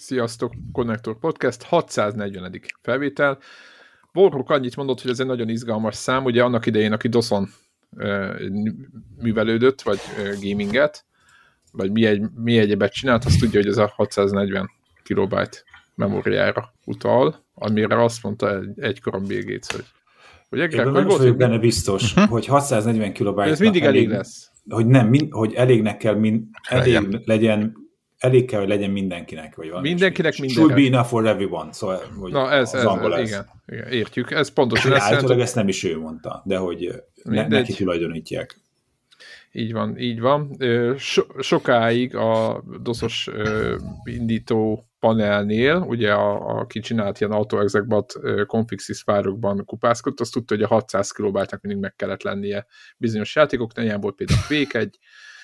Sziasztok, Connector Podcast, 640. felvétel. Warhawk annyit mondott, hogy ez egy nagyon izgalmas szám, ugye annak idején, aki DOS-on művelődött, vagy gaminget, vagy mi egyebet csinált, azt tudja, hogy ez a 640 kilobájt memóriára utal, amire azt mondta egykor Bill Gates, hogy én nem vagyok benne biztos, hogy 640 kilobájt... Ez mindig elég lesz. Hogy nem, hogy elégnek kell, elég kell, hogy legyen mindenkinek, vagy valami. Mindenkinek minden. Should be enough for everyone. Szóval, na ez igen, értjük. Ez pontosan ezt állítólag ezt nem is ő mondta, de hogy neki tulajdonítják. Így van. Sokáig a DOS-os indító panelnél, ugye aki csinált ilyen AutoExec-bat config.sys fájlokban kupászkodott, azt tudta, hogy a 600 kilobájtnak mindig meg kellett lennie bizonyos játékoknak, ilyen volt például Quake 1,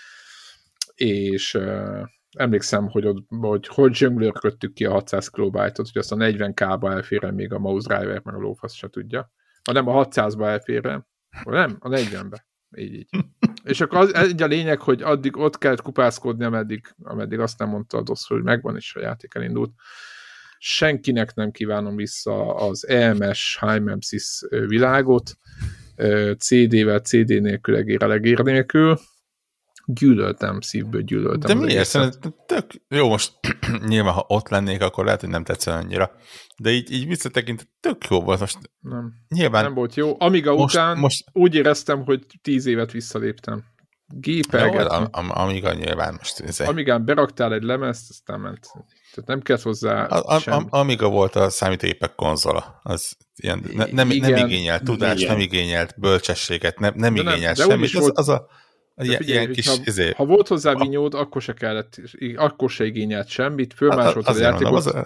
és emlékszem, hogy zsönglőrködtük ki a 600 kilobájtot, hogy azt a 40K-ba elférre még a mouse driver, meg a lófasz se tudja. Nem a 600-ba elférre, nem, a 40-be. Így. És akkor az egy a lényeg, hogy addig ott kellett kupászkodni, ameddig azt nem mondta a DOS, hogy megvan, és a játék elindult. Senkinek nem kívánom vissza az EMS, HiMemSys világot, CD-vel, CD nélkül, egér nélkül. Gyűlöltem, szívből gyűlöltem. De miért? Szerintem tök jó, most nyilván, ha ott lennék, akkor lehet, hogy nem tetszene annyira. De így visszatekintve tök jó volt. Most nem volt jó. Amiga után úgy éreztem, hogy 10 évet visszaléptem. Gépelgettem. Amiga nyilván most. Amigán beraktál egy lemezt, aztán ment. Tehát nem kellett hozzá semmi. Amiga volt a számítógépek konzola. Az ilyen, nem igényelt tudást, nem igényelt bölcsességet, nem igényelt semmit. Figyelj, ha volt hozzá vinyód, akkor se igényelt semmit, fölmásoltad a játékot.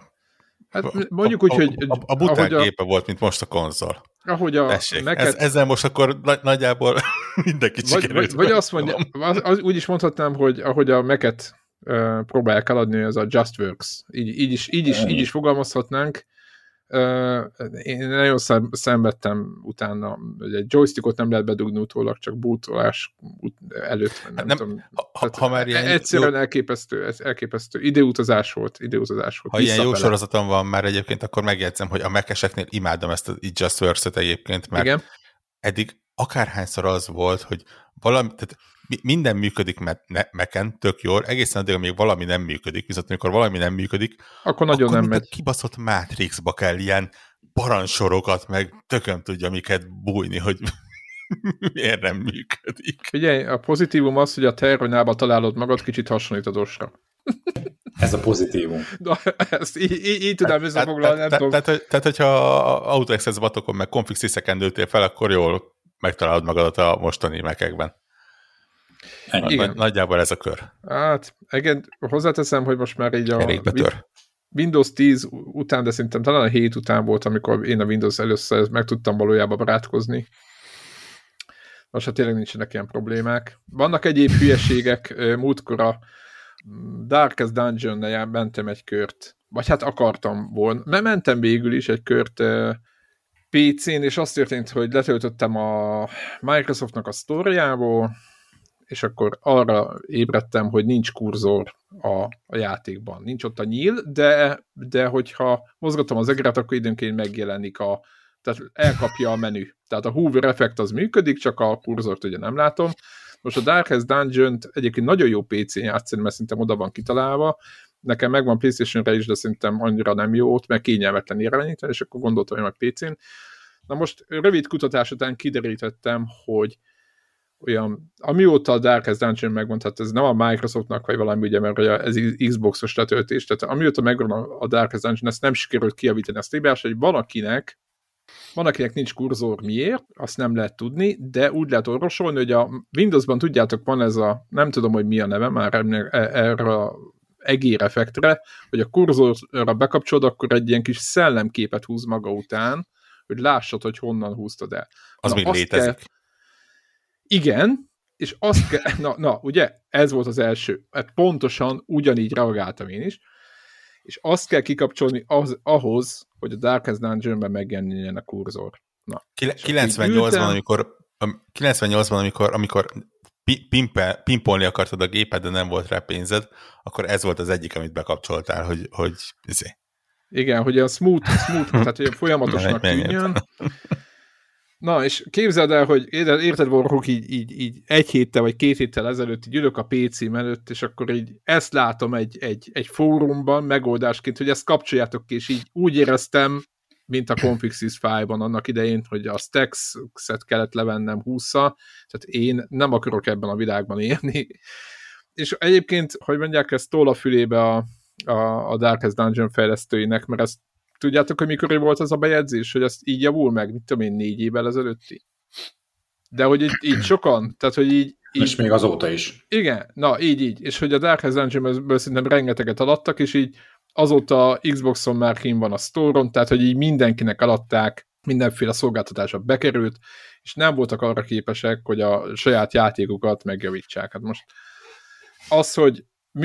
Hát mondjuk úgy, hogy... A bután gépe volt, mint most a konzol. Ahogy a Mac-et... Ezzel most akkor nagyjából mindenki sikerült. Vagy azt mondja, úgy is mondhatnám, hogy ahogy a Mac-et próbálják eladni, ez a Just Works. Így is fogalmazhatnánk. Én nagyon szenvedtem utána, hogy egy joystickot nem lehet bedugni utólag, csak bootolás előtt, nem tudom. Ha már ilyen egyszerűen elképesztő időutazás volt. Ha ilyen jó sorozatom van már egyébként, akkor megjegyzem, hogy a Mac-eseknél imádom ezt a Just Works-et egyébként, mert igen. Eddig akárhányszor az volt, hogy valami, tehát minden működik Mac-en, tök jól, egészen addig, amíg valami nem működik, viszont amikor valami nem működik, akkor nagyon nem megy. Kibaszott Matrixba kell ilyen parancsorokat, meg tököm tudja, miket bújni, hogy miért nem működik. Figyelj, a pozitívum az, hogy a terminálba találod magad, kicsit hasonlít a DOS-ra. Ez a pozitívum. De ezt így tudom összefoglalni, nem tudom. Tehát, hogyha AutoExec-batokon meg config.sys-eken dőltél fel, akkor jól megtalálod magadat a mostani Mac-ekben. Nagyjából ez a kör. Hát, igen, hozzáteszem, hogy most már így a Windows 10 után, de szerintem talán a 7 után volt, amikor én a Windows először meg tudtam valójában barátkozni. Most hát tényleg nincsenek ilyen problémák. Vannak egyéb hülyeségek, múltkor a Darkest Dungeon-nel mentem egy kört, vagy hát akartam volna. Mentem végül is egy kört PC-n, és azt történt, hogy letöltöttem a Microsoftnak a sztóriából, és akkor arra ébredtem, hogy nincs kurzor a játékban. Nincs ott a nyíl, de hogyha mozgatom az egeret, akkor időnként megjelenik tehát elkapja a menü. Tehát a hover effekt az működik, csak a kurzort ugye nem látom. Most a Darkest Dungeon-t egyébként nagyon jó PC-n játszani, mert szerintem oda van kitalálva. Nekem megvan PlayStation-re is, de szerintem annyira nem jó ott, mert kényelmetlen irányítani, és akkor gondoltam, hogy meg PC-n. Na most rövid kutatás után kiderítettem, hogy olyan, amióta a Darkest Dungeon megvan, tehát ez nem a Microsoftnak, vagy valami, ugye, mert ez Xbox-os letöltés, tehát amióta megvan a Darkest Dungeon, ezt nem sikerült kijavítani ezt hibás, hogy van akinek nincs kurzor, miért, azt nem lehet tudni, de úgy lehet orvosolni, hogy a Windowsban tudjátok, van ez a, nem tudom, hogy mi a neve már erre a egér effektre, hogy a kurzorra bekapcsolod, akkor egy ilyen kis szellemképet húz maga után, hogy lássad, hogy honnan húztad el. Az még létezik. Igen, és azt kell, ugye, ez volt az első, pontosan ugyanígy reagáltam én is, és azt kell kikapcsolni ahhoz, hogy a Darkest Dungeon-ben megjelenjen a kurzor. 98-ban, amikor pimpolni akartad a gépet, de nem volt rá pénzed, akkor ez volt az egyik, amit bekapcsoltál, hogy Igen, hogy a smooth, tehát hogy folyamatosnak tűnjön. Na, és képzeld el, hogy érted, Warhawk így 1 héttel vagy 2 héttel ezelőtt így ülök a PC-m előtt, és akkor így ezt látom egy fórumban megoldásként, hogy ezt kapcsoljátok ki, és így úgy éreztem, mint a Config.sys file-ban annak idején, hogy a stacks-et kellett levennem 20-szal, tehát én nem akarok ebben a világban élni. És egyébként, hogy mondják, ez tól a fülébe a Darkest Dungeon fejlesztőinek, mert ezt tudjátok, hogy mikor volt az a bejegyzés, hogy ezt így javul meg, mit tudom én, 4 évvel ezelőtti. De hogy így sokan, tehát hogy így... És még azóta is. Igen, na így. És hogy a Darkest Dungeon-ből szerintem rengeteget alattak, és így azóta Xboxon már kín van a store-on, tehát hogy így mindenkinek alatták, mindenféle szolgáltatásra bekerült, és nem voltak arra képesek, hogy a saját játékokat megjavítsák. Hát most az, hogy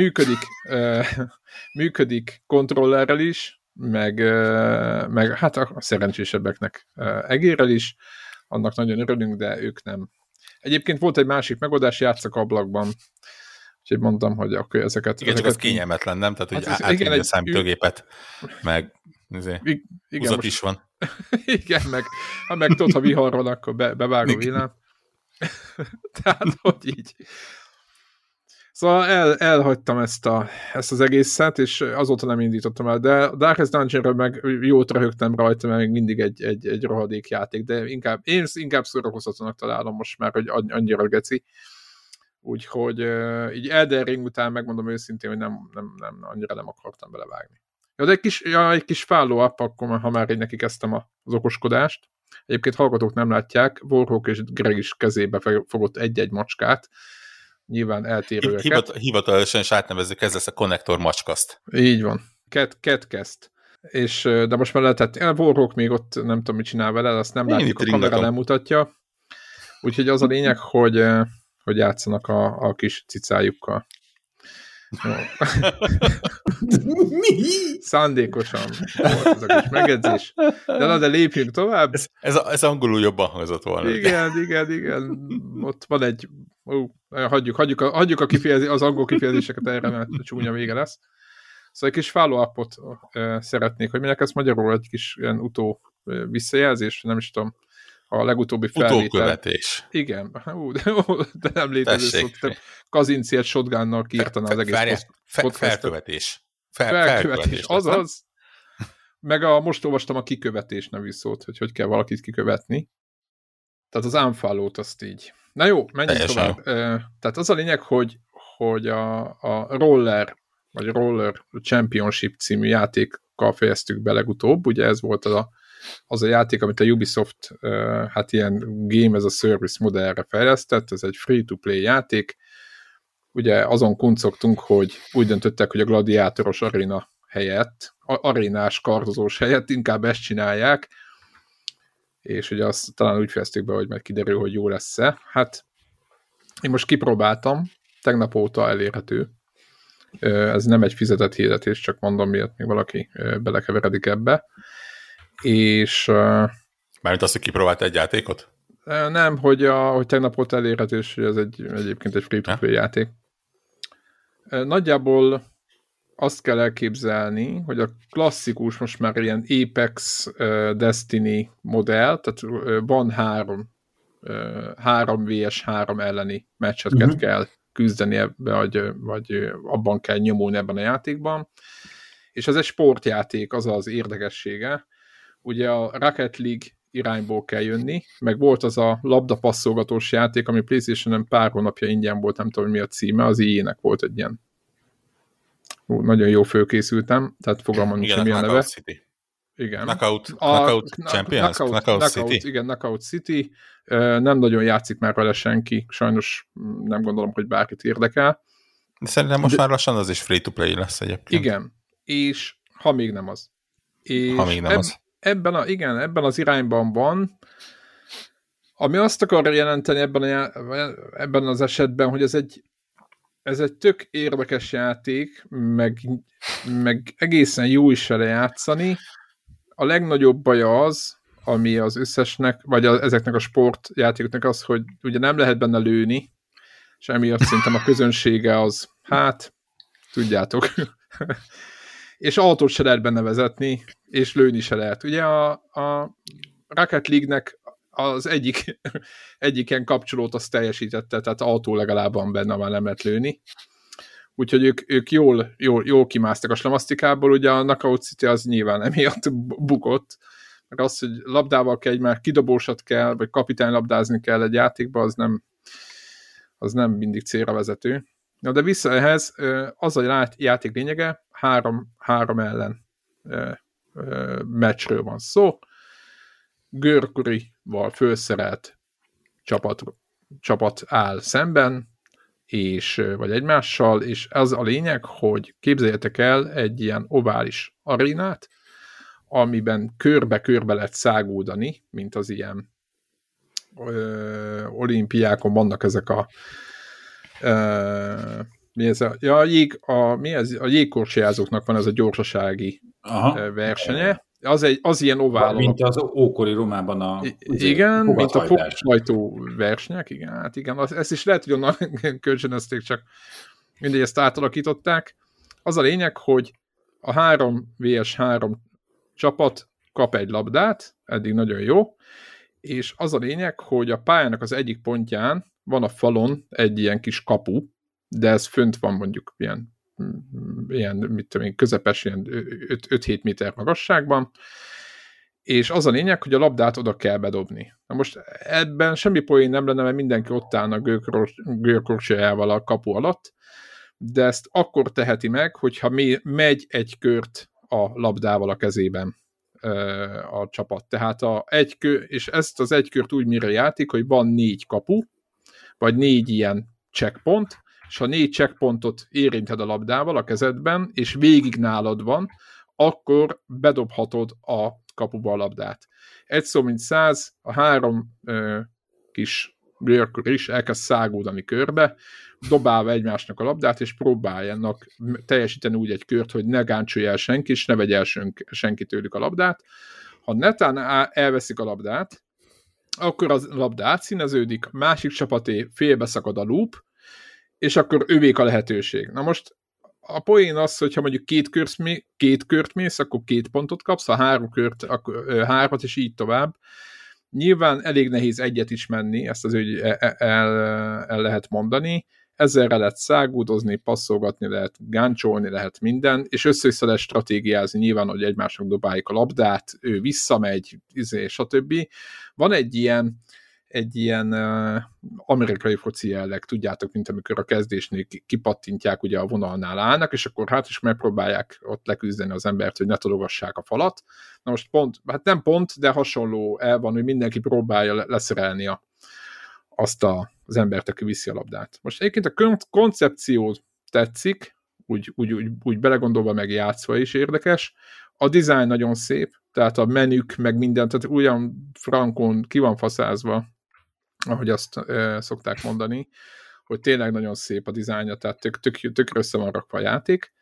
működik kontrollerrel is, meg hát a szerencsésebbeknek egérrel is, annak nagyon örülünk, de ők nem. Egyébként volt egy másik megoldás, játszak ablakban, úgyhogy mondtam, hogy akkor ezeket... Igen, csak az kényelmetlen, nem? Tehát, hogy hát átvinni a számítógépet, meg húzat is van. Igen, meg tudod, ha vihar van, akkor bevágom villám. Tehát, hogy így... Szóval elhagytam ezt az egészet, és azóta nem indítottam el, de a Darkest Dungeonről meg jót röhögtem rajta, mert még mindig egy rohadék játék, de én inkább szórakoztatónak találom most már, hogy annyira geci. Úgyhogy így Elden Ring után megmondom őszintén, hogy nem annyira nem akartam belevágni. Ja, de egy kis follow-up, akkor ha már én neki kezdtem az okoskodást. Egyébként hallgatók nem látják, Warhawk és Greg is kezébe fogott egy-egy macskát, nyilván eltérőeket. Hivatalosan is átnevezzük, ez lesz a konnektor macskaszt. Így van. Catcast. De most már lehetett, Warhawk még ott nem tudom, mit csinál vele, azt nem látjuk, a kamera nem mutatja. Úgyhogy az a lényeg, hogy játszanak a kis cicájukkal. Mi? Szándékosan volt ez a kis megjegyzés. De lépjünk tovább. Ez angolul jobban hangzott volna. Igen. Ott van egy... Hagyjuk az angol kifejezéseket erre, mert csúnya vége lesz. Szóval egy kis follow-upot szeretnék, hogy minek ezt magyarul egy kis ilyen visszajelzés, nem is tudom, a legutóbbi felvétel. Utókövetés. Igen. De nem létező szó. Kazinciet shotgunnal kiírtaná az egész felkövetés. Felkövetés, azaz. Meg most olvastam a kikövetés nevű szót, hogy kell valakit kikövetni. Tehát az unfollow-t azt így. Na jó, menjünk tovább. Tehát az a lényeg, hogy a Roller, vagy Roller Championship című játékkal fejeztük be legutóbb. Ugye ez volt az a játék, amit a Ubisoft hát ilyen game as a service modellre fejlesztett, ez egy free-to-play játék. Ugye azon kuncogtunk, hogy úgy döntöttek, hogy a gladiátoros aréna helyett, arénás kardozós helyett inkább ezt csinálják, és ugye azt talán úgy fejeztük be, hogy meg kiderül, hogy jó lesz-e. Hát én most kipróbáltam, tegnap óta elérhető. Ez nem egy fizetett hirdetés, csak mondom, miért még valaki belekeveredik ebbe. És... Mármint azt, hogy kipróbálta egy játékot? Nem, hogy tegnap óta elérhető, és hogy ez egyébként egy free-to-play játék. Nagyjából azt kell elképzelni, hogy a klasszikus most már ilyen Apex Destiny modell, tehát van 3 vs 3 elleni meccseket kell küzdeni ebbe, vagy abban kell nyomulni ebben a játékban. És ez egy sportjáték, az az érdekessége. Ugye a Rocket League irányból kell jönni, meg volt az a labdapasszolgatós játék, ami PlayStation-en pár hónapja ingyen volt, nem tudom, mi a címe, az EA-nek volt egy ilyen. Nagyon jó fölkészültem, tehát fogalmam nincs, mi a neve. City. Igen. Knockout Champions? Knockout City? Igen, Knockout City. Nem nagyon játszik már vele senki, sajnos nem gondolom, hogy bárkit érdekel. De szerintem most már lassan az is free-to-play lesz egyébként. Igen, és ha még nem az. És ha még nem az. Ebben az irányban van, ami azt akar jelenteni ebben az esetben, hogy ez egy tök érdekes játék, meg egészen jó is vele játszani. A legnagyobb baja az, ami az összesnek, vagy ezeknek a sportjátékoknak az, hogy ugye nem lehet benne lőni, és emiatt szerintem a közönsége az, hát, tudjátok, és autót se lehet benne vezetni, és lőni se lehet. Ugye a Rocket League-nek az egyik ilyen kapcsolót azt teljesítette, tehát autó legalább van benne, már nem lehet lőni. Úgyhogy ők jól kimásztak a slamasztikából, ugye a Knockout City az nyilván emiatt bukott, mert az, hogy labdával kell, már kidobósat kell, vagy kapitánylabdázni kell egy játékba, az nem mindig célra vezető. Na de vissza ehhez, az a játék lényege, 3 ellen meccsről van szó. Görkurival fölszerelt csapat áll szemben, vagy egymással, és az a lényeg, hogy képzeljétek el egy ilyen ovális arénát, amiben körbe-körbe lehet szágódani, mint az ilyen olimpiákon vannak ezek a a jégkorcsolyázóknak van ez a gyorsasági versenye. Az ilyen ovál. Mint az ókori Rómában igen, mint a foghajtó versenyek, igen, hát igen, ezt is lehet, hogy onnan kölcsönözték, csak mindegy, ezt átalakították. Az a lényeg, hogy a 3vs3 csapat kap egy labdát, eddig nagyon jó, és az a lényeg, hogy a pályának az egyik pontján van a falon egy ilyen kis kapu, de ez fönt van mondjuk ilyen mit tudom én, közepes, ilyen 5-7 méter magasságban, és az a lényeg, hogy a labdát oda kell bedobni. Na most ebben semmi poén nem lenne, mert mindenki ott állna gőrkorcsolyával a kapu alatt, de ezt akkor teheti meg, hogyha megy egy kört a labdával a kezében a csapat. Tehát és ezt az egy kört úgy mér a játék, hogy van 4 kapu, vagy 4 ilyen checkpont, és ha 4 checkpontot érinted a labdával a kezedben, és végig nálad van, akkor bedobhatod a kapuba a labdát. Egy szó mint 100, a 3 kis görkör is elkezd szágódani körbe, dobálva egymásnak a labdát, és próbáljanak teljesíteni úgy egy kört, hogy ne gáncsolja el senki, és ne vegye el senki tőlük a labdát. Ha netán elveszik a labdát, akkor a labda átszíneződik, a másik csapaté félbeszakad a loop, és akkor övék a lehetőség. Na most a poén az, hogyha mondjuk 2 kört mész, akkor 2 pontot kapsz, ha 3 kört, akkor 3-at, és így tovább. Nyilván elég nehéz egyet is menni, ezt az el lehet mondani. Ezzel lehet szágúdozni, passzolgatni lehet, gáncsolni lehet minden, és össze-vissza lehet stratégiázni nyilván, hogy egymásnak dobáljuk a labdát, ő visszamegy, stb. Van egy ilyen amerikai foci jelleg, tudjátok, mint amikor a kezdésnél kipattintják, ugye a vonalnál állnak, és akkor hát is megpróbálják ott leküzdeni az embert, hogy ne tologassák a falat. Na most hát nem pont, de hasonló el van, hogy mindenki próbálja leszerelni azt az embert, aki viszi a labdát. Most egyébként a koncepció tetszik, úgy belegondolva meg játszva is érdekes. A design nagyon szép, tehát a menük, meg minden, tehát ugyan frankon ki van faszázva, ahogy azt szokták mondani, hogy tényleg nagyon szép a dizájnja, tehát tök össze van rakva a játék.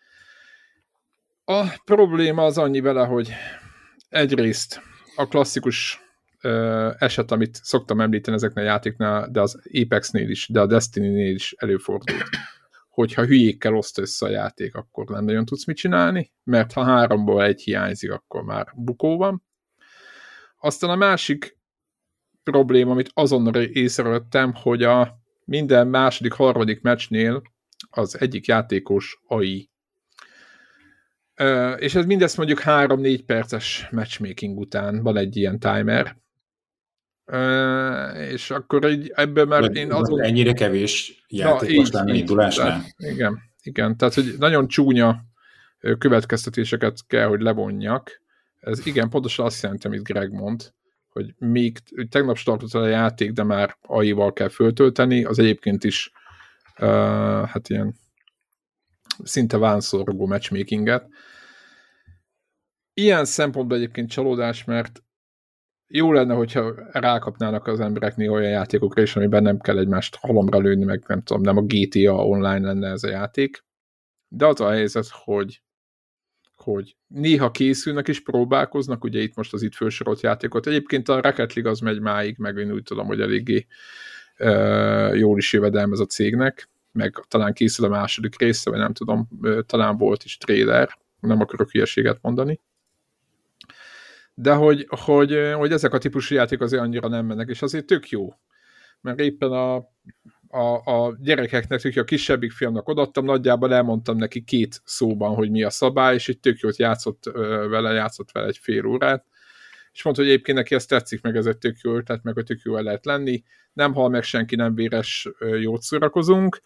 A probléma az annyi vele, hogy egyrészt a klasszikus eset, amit szoktam említeni ezeknél a játéknál, de az Apexnél is, de a Destiny-nél is előfordult, hogyha hülyékkel oszt össze a játék, akkor nem nagyon tudsz mit csinálni, mert ha 3-ból 1 hiányzik, akkor már bukó van. Aztán a másik probléma, amit azonnal észrevettem, hogy a minden második, harmadik meccsnél az egyik játékos AI. És ez mindezt mondjuk 3-4 perces matchmaking után van egy ilyen timer. És akkor ebből már én azon... Ennyire kevés játékos lenne indulásnál. Igen, tehát hogy nagyon csúnya következtetéseket kell, hogy levonjak. Ez igen, pontosan azt jelenti, amit Greg mond, hogy még tegnap startott a játék, de már AI-val kell föltölteni, az egyébként is hát ilyen szinte vánszorgó matchmakinget. Ilyen szempontból egyébként csalódás, mert jó lenne, hogyha rákapnának az emberek néha olyan játékokra is, amiben nem kell egymást halomra lőni, meg nem tudom, nem a GTA online lenne ez a játék. De az a helyzet, hogy néha készülnek és próbálkoznak, ugye itt most az itt felsorolt játékot. Egyébként a Rocket League az megy máig, meg én úgy tudom, hogy eléggé jól is jövedelmez a cégnek, meg talán készül a második része, vagy nem tudom, talán volt is trailer, nem akarok hülyeséget mondani. De hogy ezek a típusú játék azért annyira nem mennek, és azért tök jó. Mert éppen a gyerekeknek, a kisebbik fiamnak odaadtam, nagyjából elmondtam neki 2 szóban, hogy mi a szabály, és egy tök jót játszott vele egy fél órát, és mondta, hogy egyébként neki ezt tetszik, meg ez egy tök jó ötlet, meg hogy tök jó el lehet lenni, nem hal meg senki, nem véres, jót szórakozunk.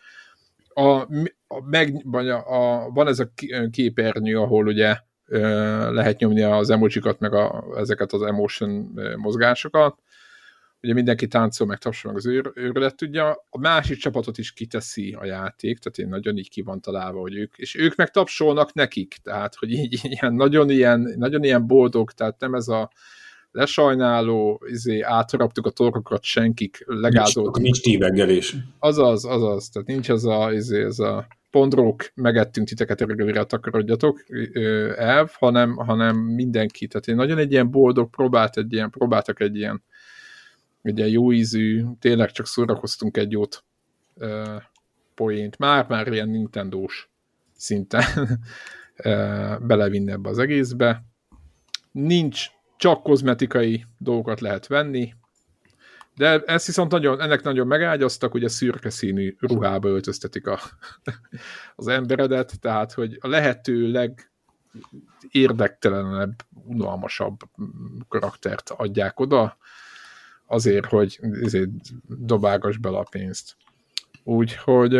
Van ez a képernyő, ahol ugye lehet nyomni az emojikat, meg ezeket az emotion mozgásokat. Ugye mindenki táncol, meg tapsol, meg az őrület tudja. A másik csapatot is kiteszi a játék, tehát én nagyon így ki van találva, hogy ők meg tapsolnak nekik, tehát hogy így nagyon ilyen boldog, tehát nem ez a lesajnáló, átharaptuk a torkokat, senkik legázoltak. Nincs tíbeggelés. Azaz, tehát nincs ez a pondrók, megettünk titeket reggelire, takarodjatok elv, hanem mindenki. Tehát én nagyon egy ilyen boldog, próbáltak egy ilyen jó ízű, tényleg csak szórakoztunk egy jót poént. Már ilyen Nintendós szinten belevinni ebbe az egészbe. Nincs, csak kozmetikai dolgokat lehet venni, de ezt viszont ennek nagyon megágyaztak, ugye szürke színű ruhába öltöztetik az emberedet, tehát hogy a lehető legérdektelenebb, unalmasabb karaktert adják oda, azért, hogy dobálgass bele a pénzt. Úgyhogy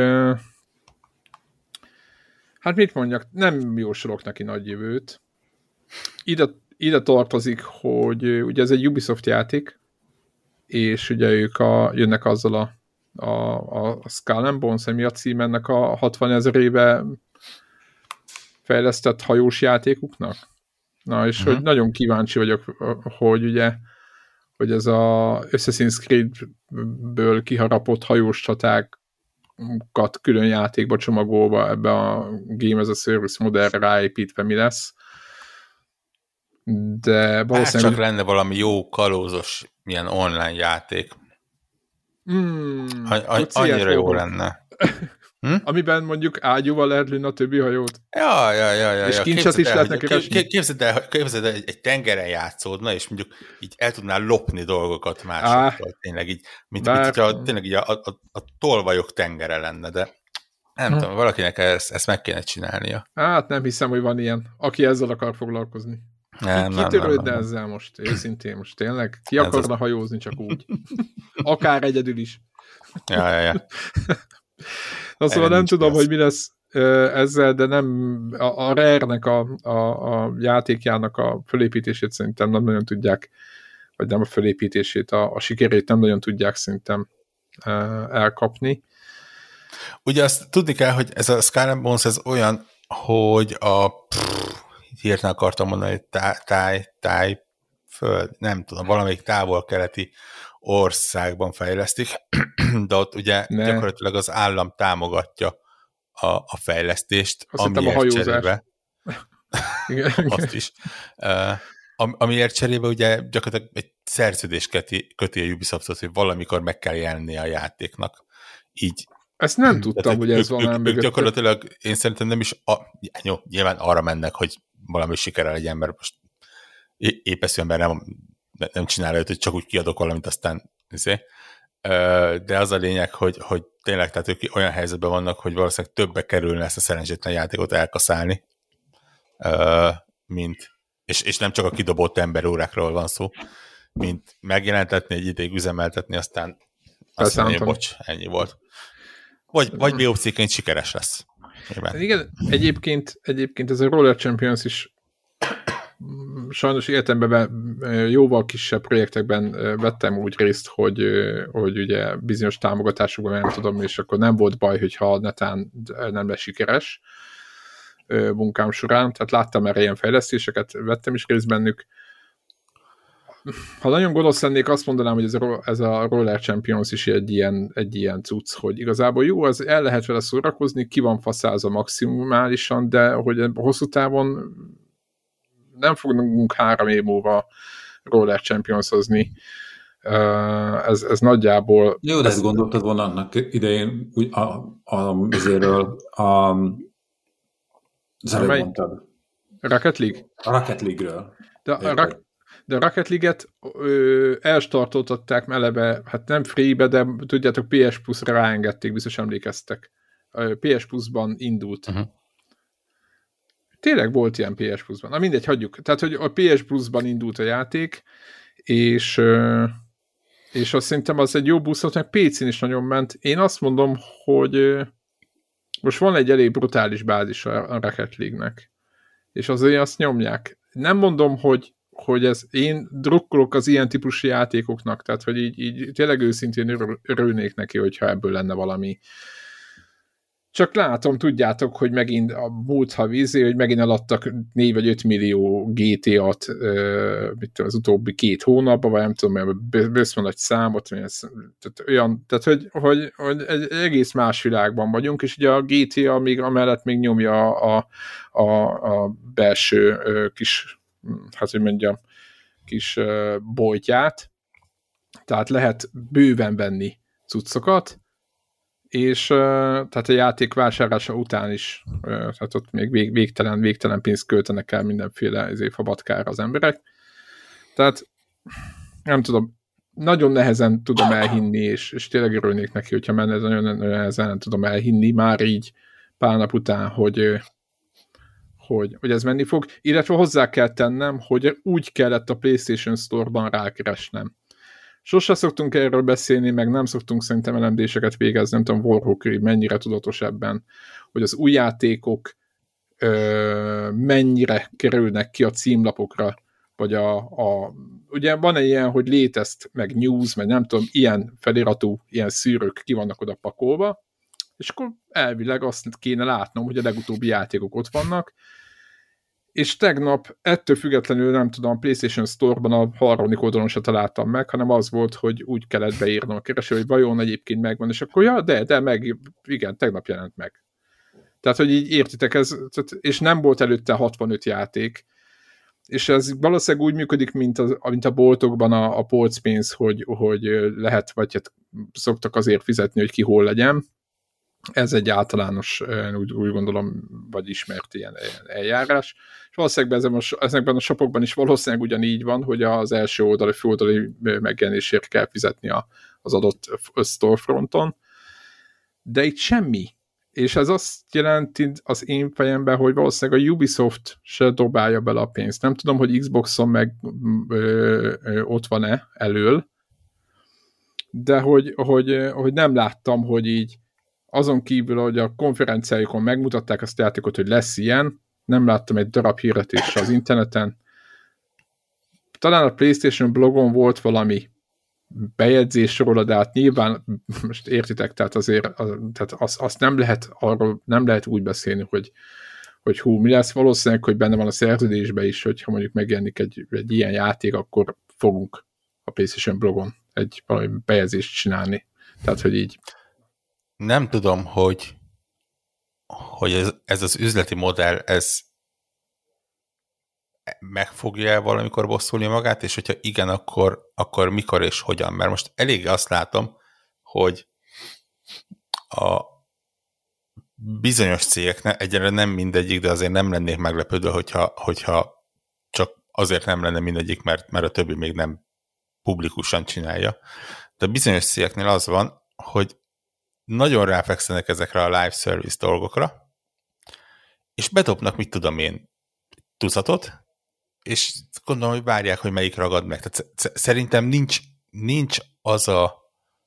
hát mit mondjak, nem jósolok neki nagy jövőt. Ide tartozik, hogy ugye ez egy Ubisoft játék, és ugye ők jönnek azzal a Skull and Bones, mi a cím ennek a 60 000 éve fejlesztett hajós játékuknak. Na, és hogy nagyon kíváncsi vagyok, hogy ez a Assassin's Creed-ből kiharapott hajós csatákat külön játékba csomagolva ebbe a Game as a Service modellre ráépítve mi lesz. De valószínűleg... csak lenne valami jó kalózos milyen online játék. Annyira jó lenne. Amiben mondjuk ágyúval lehet lőni a többi hajót. Ja. És kincset is lehetne keresni. Képzeld el, egy tengeren játszódna, és mondjuk így el tudnál lopni dolgokat másoktól. Tényleg így, mint hogyha tényleg így a tolvajok tengere lenne, de nem tudom, valakinek ezt meg kéne csinálnia. Hát nem hiszem, hogy van ilyen, aki ezzel akar foglalkozni. Ki törődne ezzel most? Őszintén most tényleg? Ki akarna hajózni csak úgy? Akár egyedül is. Ja. Na, szóval nem tudom, hogy mi lesz ezzel, de nem a Rare-nek a játékjának a fölépítését szerintem nem nagyon tudják, vagy nem a fölépítését, a sikerét nem nagyon tudják szerintem elkapni. Ugye azt tudni kell, hogy ez a Skull and Bones ez olyan, hogy hirtelen akartam mondani, hogy föld, nem tudom, valamelyik távol-keleti országban fejlesztik, de ott ugye gyakorlatilag az állam támogatja a fejlesztést, amiért cserébe. Azt is. Amiért cserébe ugye gyakorlatilag egy szerződés köti a Ubisoftot, hogy valamikor meg kell jelennie a játéknak. Így. Ezt nem tudtam, hogy ez van. Ők gyakorlatilag én szerintem nem is, jó, nyilván arra mennek, hogy valami sikere legyen, mert most épeszűen nem csinálja, hogy csak úgy kiadok valamit, aztán de az a lényeg, hogy tényleg, tehát ők olyan helyzetben vannak, hogy valószínűleg többe kerülne ezt a szerencsétlen játékot elkaszálni, mint, és nem csak a kidobott emberórákról van szó, mint megjelentetni, egy ideig üzemeltetni, aztán azt mondja, hogy bocs, ennyi volt. Vagy BOC-ként sikeres lesz. Igen, egyébként ez a Roller Champions is sajnos életemben jóval kisebb projektekben vettem úgy részt, hogy ugye bizonyos támogatásokban nem tudom, és akkor nem volt baj, hogyha netán nem lesz sikeres munkám során, tehát láttam erre ilyen fejlesztéseket, vettem is részt bennük. Ha nagyon gonosz lennék, azt mondanám, hogy ez a Roller Champions is egy ilyen cucc, hogy igazából jó, az el lehet vele szórakozni, ki van faszázva maximálisan, de hogy hosszú távon nem fogunk 3 év múlva Roller Champions-ozni Ez nagyjából... Jó, de ezt gondoltad volna annak idején azért az előbb mondtad. Rocket League? A Rocket League-ről. De a Rocket League-et elstartoltatták eleve, hát nem free-be, de tudjátok, PS Plus-ra ráengedték, biztos emlékeztek. PS Plus-ban indult. Tényleg volt ilyen PS Plus-ban. Na mindegy, hagyjuk. Tehát, hogy a PS Plus-ban indult a játék, és azt szerintem az egy jó busz volt, meg PC-n is nagyon ment. Én azt mondom, hogy most van egy elég brutális bázis a Rocket League-nek. És azért azt nyomják. Nem mondom, hogy én drukkolok az ilyen típusú játékoknak, tehát, hogy így tényleg őszintén örülnék neki, hogyha ebből lenne valami. Csak látom, tudjátok, hogy megint a múlt havi, hogy megint eladtak 4 vagy 5 millió GTA-t az utóbbi 2 hónapban, vagy nem tudom, bőszben nagy számot, tehát hogy egy egész más világban vagyunk, és ugye a GTA még amellett még nyomja a belső kis, hát hogy mondjam, kis boltját, tehát lehet bőven venni cuccokat, és tehát a játék vásárlása után is, tehát ott még végtelen pénzt költenek el mindenféle fabatkára az emberek. Tehát nem tudom, nagyon nehezen tudom elhinni, és tényleg örülnék neki, hogyha menne, ez nagyon nehezen tudom elhinni, már így pár nap után, hogy ez menni fog. Illetve hozzá kell tennem, hogy úgy kellett a PlayStation Store-ban rákeresnem. Sose szoktunk erről beszélni, meg nem szoktunk szerintem elemzéseket végezni, nem tudom, Warhawk mennyire tudatos ebben, hogy az új játékok mennyire kerülnek ki a címlapokra, vagy ugye van egy ilyen, hogy létezt, meg news, meg nem tudom, ilyen feliratú, ilyen szűrők ki vannak oda pakolva, és akkor elvileg azt kéne látnom, hogy a legutóbbi játékok ott vannak, és tegnap ettől függetlenül nem tudom, a PlayStation Store-ban a harmadik oldalon se találtam meg, hanem az volt, hogy úgy kellett beírnom a kereső, hogy vajon egyébként megvan, és akkor ja, de meg, igen, tegnap jelent meg. Tehát, hogy így értitek, és nem volt előtte 65 játék, és ez valószínűleg úgy működik, mint a boltokban a polcpénz, hogy lehet, vagy hát szoktak azért fizetni, hogy ki hol legyen. Ez egy általános, úgy gondolom, vagy ismert ilyen eljárás. És valószínűleg ezekben a shopokban is valószínűleg ugyanígy van, hogy az első oldali, főoldali megjelenésért kell fizetni az adott storefronton. De itt semmi. És ez azt jelenti az én fejemben, hogy valószínűleg a Ubisoft se dobálja bele a pénzt. Nem tudom, hogy Xboxon meg ott van-e elől, de hogy nem láttam, hogy így azon kívül, hogy a konferenciájukon megmutatták azt a játékot, hogy lesz ilyen, nem láttam egy darab hirdetést az interneten. Talán a PlayStation blogon volt valami bejegyzés róla, de hát nyilván, most értitek, tehát azért tehát azt arról nem lehet úgy beszélni, hogy hú, mi lesz, valószínűleg, hogy benne van a szerződésben is, hogyha mondjuk megjelenik egy ilyen játék, akkor fogunk a PlayStation blogon valami bejegyzést csinálni. Tehát, hogy így. Nem tudom, hogy ez az üzleti modell, ez meg fogja valamikor bosszulni magát, és hogyha igen, akkor mikor és hogyan. Mert most elég azt látom, hogy a bizonyos cégek, egyelőre nem mindegyik, de azért nem lennék meglepődve, hogyha csak azért nem lenne mindegyik, mert a többi még nem publikusan csinálja. De bizonyos cégeknél az van, hogy nagyon ráfekszenek ezekre a live service dolgokra, és bedobnak, mit tudom én, tucatot, és gondolom, hogy várják, hogy melyik ragad meg. Tehát szerintem nincs az a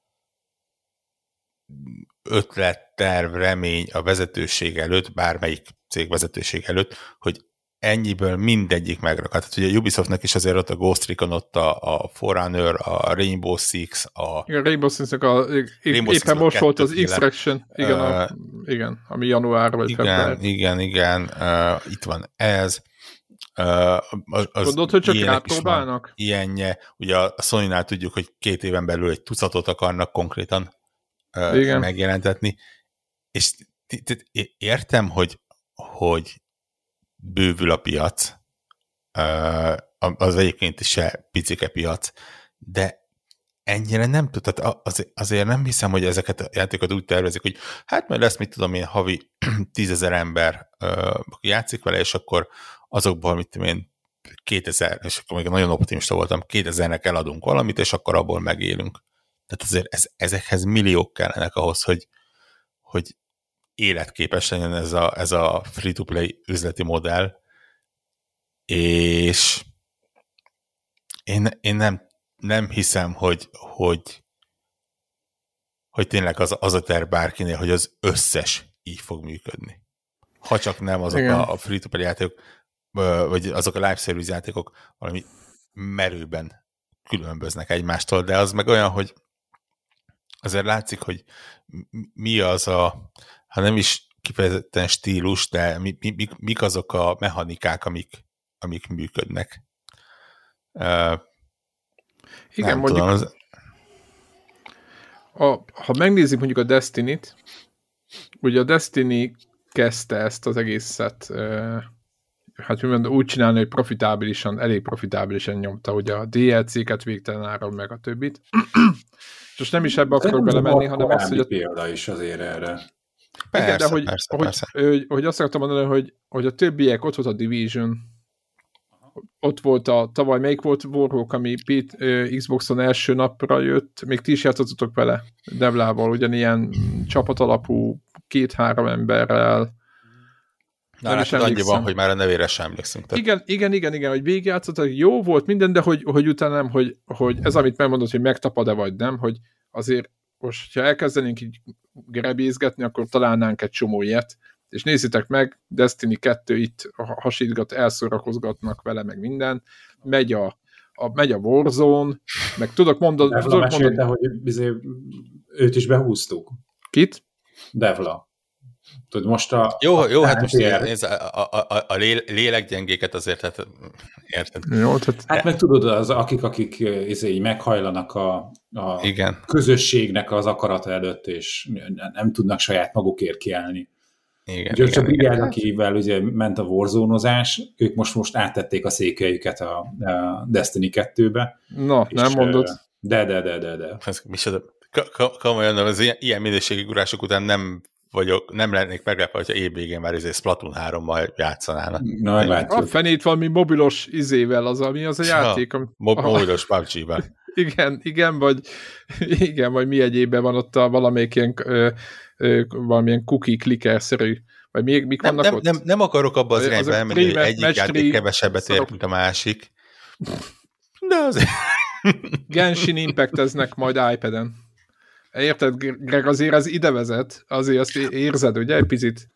ötlet, terv, remény a vezetőség előtt, bármelyik cég vezetőség előtt, hogy ennyiből mindegyik megragad. Tehát ugye a Ubisoftnak is azért ott a Ghost Recon, ott a Forerunner, a Rainbow Six, igen, Rainbow Six-nek éppen most volt az X-Fraction, igen, ami január vagy február. Igen, itt van ez. Gondolod, hogy csak rápróbálnak? Ilyenje. Ugye a Sony-nál tudjuk, hogy 2 éven belül egy tucatot akarnak konkrétan megjelentetni. És értem, hogy bővül a piac, az egyébként is se picike piac, de ennyire nem tud, tehát azért nem hiszem, hogy ezeket a játékokat úgy tervezik, hogy hát majd lesz, mit tudom én, havi 10 000 ember, aki játszik vele, és akkor azokból, mit tudom én, 2000, és akkor még nagyon optimista voltam, 2000-nek eladunk valamit, és akkor abból megélünk. Tehát azért ezekhez milliók kellenek ahhoz, hogy életképes legyen ez a free-to-play üzleti modell, és én nem hiszem, hogy tényleg az a terv bárkinél, hogy az összes így fog működni. Ha csak nem azok a free-to-play játékok, vagy azok a live service játékok valami merőben különböznek egymástól, de az meg olyan, hogy azért látszik, hogy mi az ha nem is kifejezetten stílus, de mik azok a mechanikák, amik működnek. Igen, mondjuk ha megnézzük mondjuk a Destiny-t, ugye a Destiny kezdte ezt az egészet hát úgy csinálni, hogy elég profitábilisan nyomta, ugye a DLC-ket végtelen áron, meg a többit. És most nem is ebbe akarok belemenni, hanem azt, hogy... példa is azért erre. Persze, igen, de persze. Hogy azt akartam mondani, hogy a többiek, ott volt a Division, ott volt tavaly melyik volt Warhawk, ami Xboxon első napra jött, még ti is játszottatok vele Devlával, ugyanilyen csapatalapú 2-3 emberrel. Hát annyi van, hogy már a nevére sem emlékszünk. Igen, hogy végigjátszottak, jó volt minden, de hogy utána nem, hogy ez, amit megmondod, hogy megtapad-e vagy nem, hogy azért most, ha elkezdenénk így grebézgetni, akkor találnánk egy csomó ilyet, és nézzétek meg, Destiny 2 itt hasítgat, elszórakozgatnak vele, meg minden, megy a Warzone, meg tudok mondani... Devla mesélte, hogy őt is behúztuk. Kit? Devla. Tudod, most Jó, hát most a lélekgyengéket azért, hát érted. Jó, tehát... Hát meg tudod, akik így meghajlanak a igen. közösségnek az akarata előtt, és nem tudnak saját magukért kiállni. Igen. Csak igen. Akivel ugye ment a Warzone-ozás, ők most áttették a székelyüket a Destiny 2-be. Na, nem mondod. De. Komolyan, az ilyen minőségi gurások után nem lennék meglepve, hogyha évvégén már Splatoon 3-mal játszanának. Na, meglátjuk. A fenét valami mobilos izével ami az a játék. Mobilos PUBG-ben. Igen, vagy mi egyébben van ott valamelyik ilyen valamilyen cookie clicker-szerű, vagy mik vannak ott? Nem akarok abba az irányba elmenni, hogy egyik játék kevesebbet ér, mint a másik. De azért... Genshin Impact-eznek majd iPad-en. Érted, Greg, azért ez ide vezet, azért azt érzed, ugye, egy picit?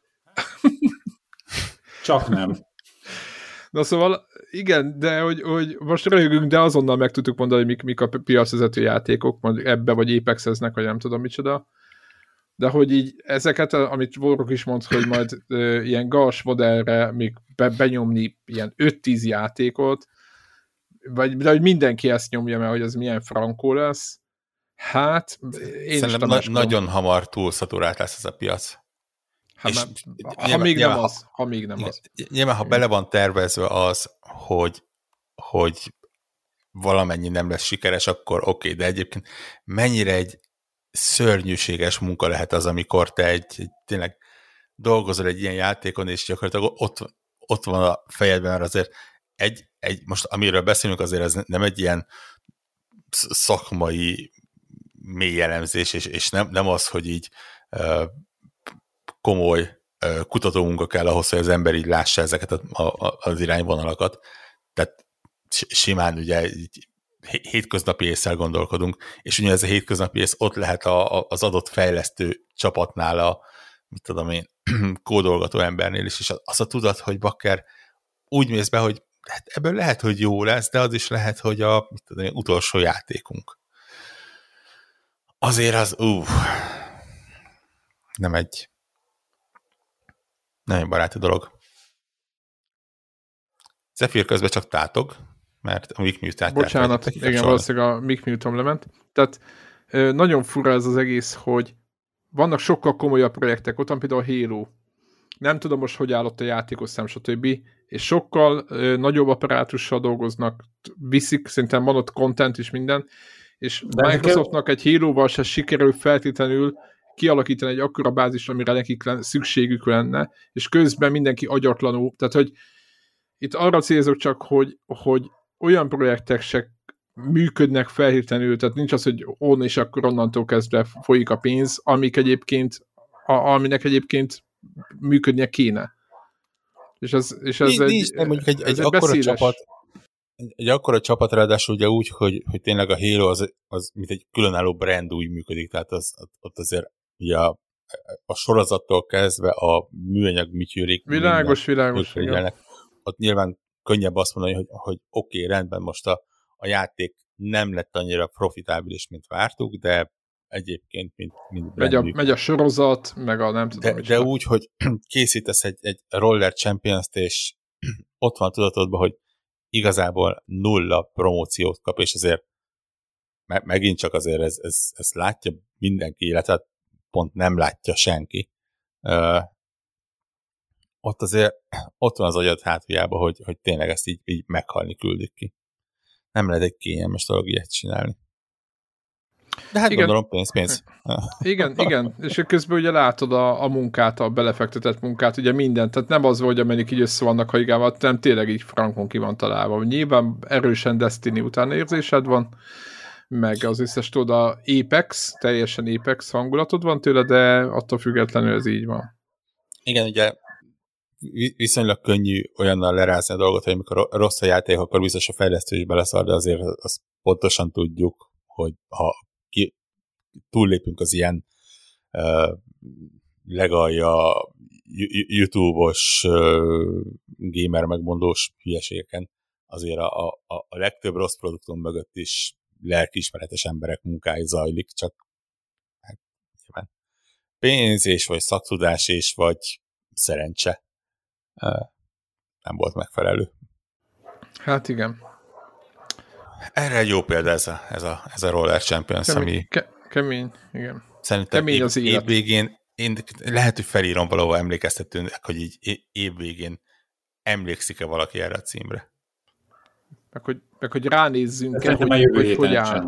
Csak nem. Na szóval, igen, de hogy most röhögünk, de azonnal meg tudtuk mondani, hogy mik a piacvezető játékok, majd ebbe vagy Apexeznek, vagy nem tudom micsoda. De hogy így ezeket, amit Warhawk is mond, hogy majd ilyen gas modellre még benyomni ilyen 5-10 játékot, de hogy mindenki ezt nyomja, mert hogy ez milyen frankó lesz, hát én szerintem nagyon hamar túlszaturált lesz ez a piac. Hát ha még nem az. Nyilván, ha bele van tervezve az, hogy valamennyi nem lesz sikeres, akkor oké, de egyébként mennyire egy szörnyűséges munka lehet az, amikor te tényleg dolgozol egy ilyen játékon, és gyakorlatilag ott van a fejedben, mert azért most amiről beszélünk, azért ez nem egy ilyen szakmai mély elemzés, és nem az, hogy így komoly kutatómunka kell ahhoz, hogy az ember így lássa ezeket az irányvonalakat. Tehát simán ugye hétköznapi ésszel gondolkodunk, és ugye ez a hétköznapi ész ott lehet az adott fejlesztő csapatnál mit tudom én, kódolgató embernél is, és az a tudat, hogy bakker úgy mész be, hogy hát ebből lehet, hogy jó lesz, de az is lehet, hogy mit tudom én, utolsó játékunk. Azért az, nem egy baráti dolog. Zephyr közben csak tátog, mert a Mic-Mute-át... Bocsánat, igen, valószínűleg a Mic-Mute-om lement. Tehát nagyon fura ez az egész, hogy vannak sokkal komolyabb projektek, ott van például a Halo. Nem tudom most, hogy állott a játékos szám, stb. És sokkal nagyobb apparátussal dolgoznak, viszik, szerintem van ott content is minden, És Microsoftnak egy Halo-val se sikerül feltétlenül kialakítani egy akkora bázist, amire nekik szükségük lenne, és közben mindenki agyatlanul. Tehát, hogy itt arra célzok csak, hogy olyan projektek se működnek feltétlenül, tehát nincs az, hogy on, és akkor onnantól kezdve folyik a pénz, aminek egyébként működnie kéne. És ez mondjuk egy akkora csapat, egy akkora csapat ráadásul ugye úgy, hogy tényleg a Halo az mint egy különálló brand úgy működik, tehát ott azért ugye a sorozattól kezdve a műanyag mityűrik. Világos. Ott nyilván könnyebb azt mondani, hogy oké, rendben, most a játék nem lett annyira profitábilis, mint vártuk, de egyébként megy a sorozat, meg a nem tudom. De úgy, hogy készítesz egy Roller Champions-t, és ott van tudatodban, hogy igazából 0 promóciót kap, és azért megint csak azért ez látja mindenki, illetve pont nem látja senki. Ott van az agyad hátuljában, hogy tényleg ezt így meghalni küldik ki. Nem lehet egy kényelmes dolog ilyet csinálni. De hát igen. Gondolom pénz. Igen. És közben ugye látod a munkát, a belefektetett munkát, ugye mindent, tehát nem az, hogy amennyik így össze vannak haigával, nem tényleg így frankon ki van találva. Nyilván erősen Destiny után érzésed van, meg az összes a Apex, teljesen Apex hangulatod van tőle, de attól függetlenül ez így van. Igen, ugye viszonylag könnyű olyannal lerázni a dolgot, hogy amikor rossz a játék, akkor biztos a fejlesztő is beleszar, de azért azt pontosan tudjuk, hogy ha túllépünk az ilyen legalja YouTube-os gamer megmondós hülyeségeken, azért a legtöbb rossz produktum mögött is lelkiismeretes emberek munkája zajlik, csak hát, pénz és vagy szaktudás és vagy szerencse nem volt megfelelő. Hát igen. Erre egy jó példa ez a Roller Champions, ami kemény, igen. Szerintem évvégén én lehet, hogy felírom valahol emlékeztetőnek, hogy így évvégén emlékszik-e valaki erre a címre. Meg hogy ránézzünk hogy áll.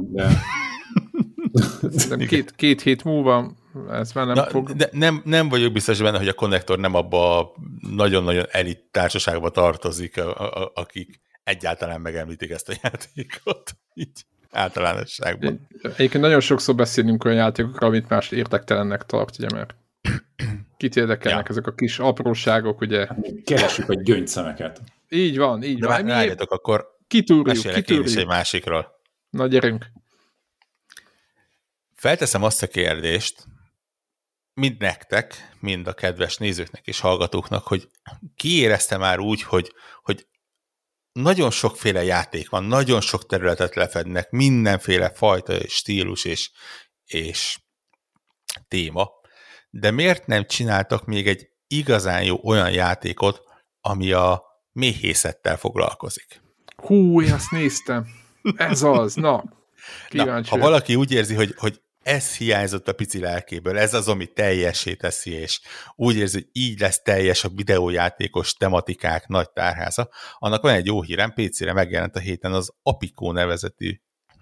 Két hét múlva ez már nem fog... De nem vagyok biztos benne, hogy a konnektor nem abba a nagyon-nagyon elit társaságba tartozik, akik egyáltalán megemlítik ezt a játékot. Így általánosságban. Egyébként nagyon sokszor beszélünk olyan játékokra, amit más értektelennek tart, ugye, mert kit érdekelnek ezek a kis apróságok, ugye. Keressük a gyöngyszemeket. Így van. De várjatok, akkor kitúrjuk. Én is egy másikról. Na, gyerünk. Felteszem azt a kérdést, mind nektek, mind a kedves nézőknek és hallgatóknak, hogy ki érezte már úgy, hogy nagyon sokféle játék van, nagyon sok területet lefednek, mindenféle fajta és stílus és téma, de miért nem csináltak még egy igazán jó olyan játékot, ami a méhészettel foglalkozik? Hú, én azt néztem. Ez az, na. Kíváncsi. Ha valaki úgy érzi, hogy ez hiányzott a pici lelkéből, ez az, ami teljessé teszi, és úgy érzi, hogy így lesz teljes a videójátékos tematikák nagy tárháza, annak van egy jó hírem, PC-re megjelent a héten az Apico nevezetű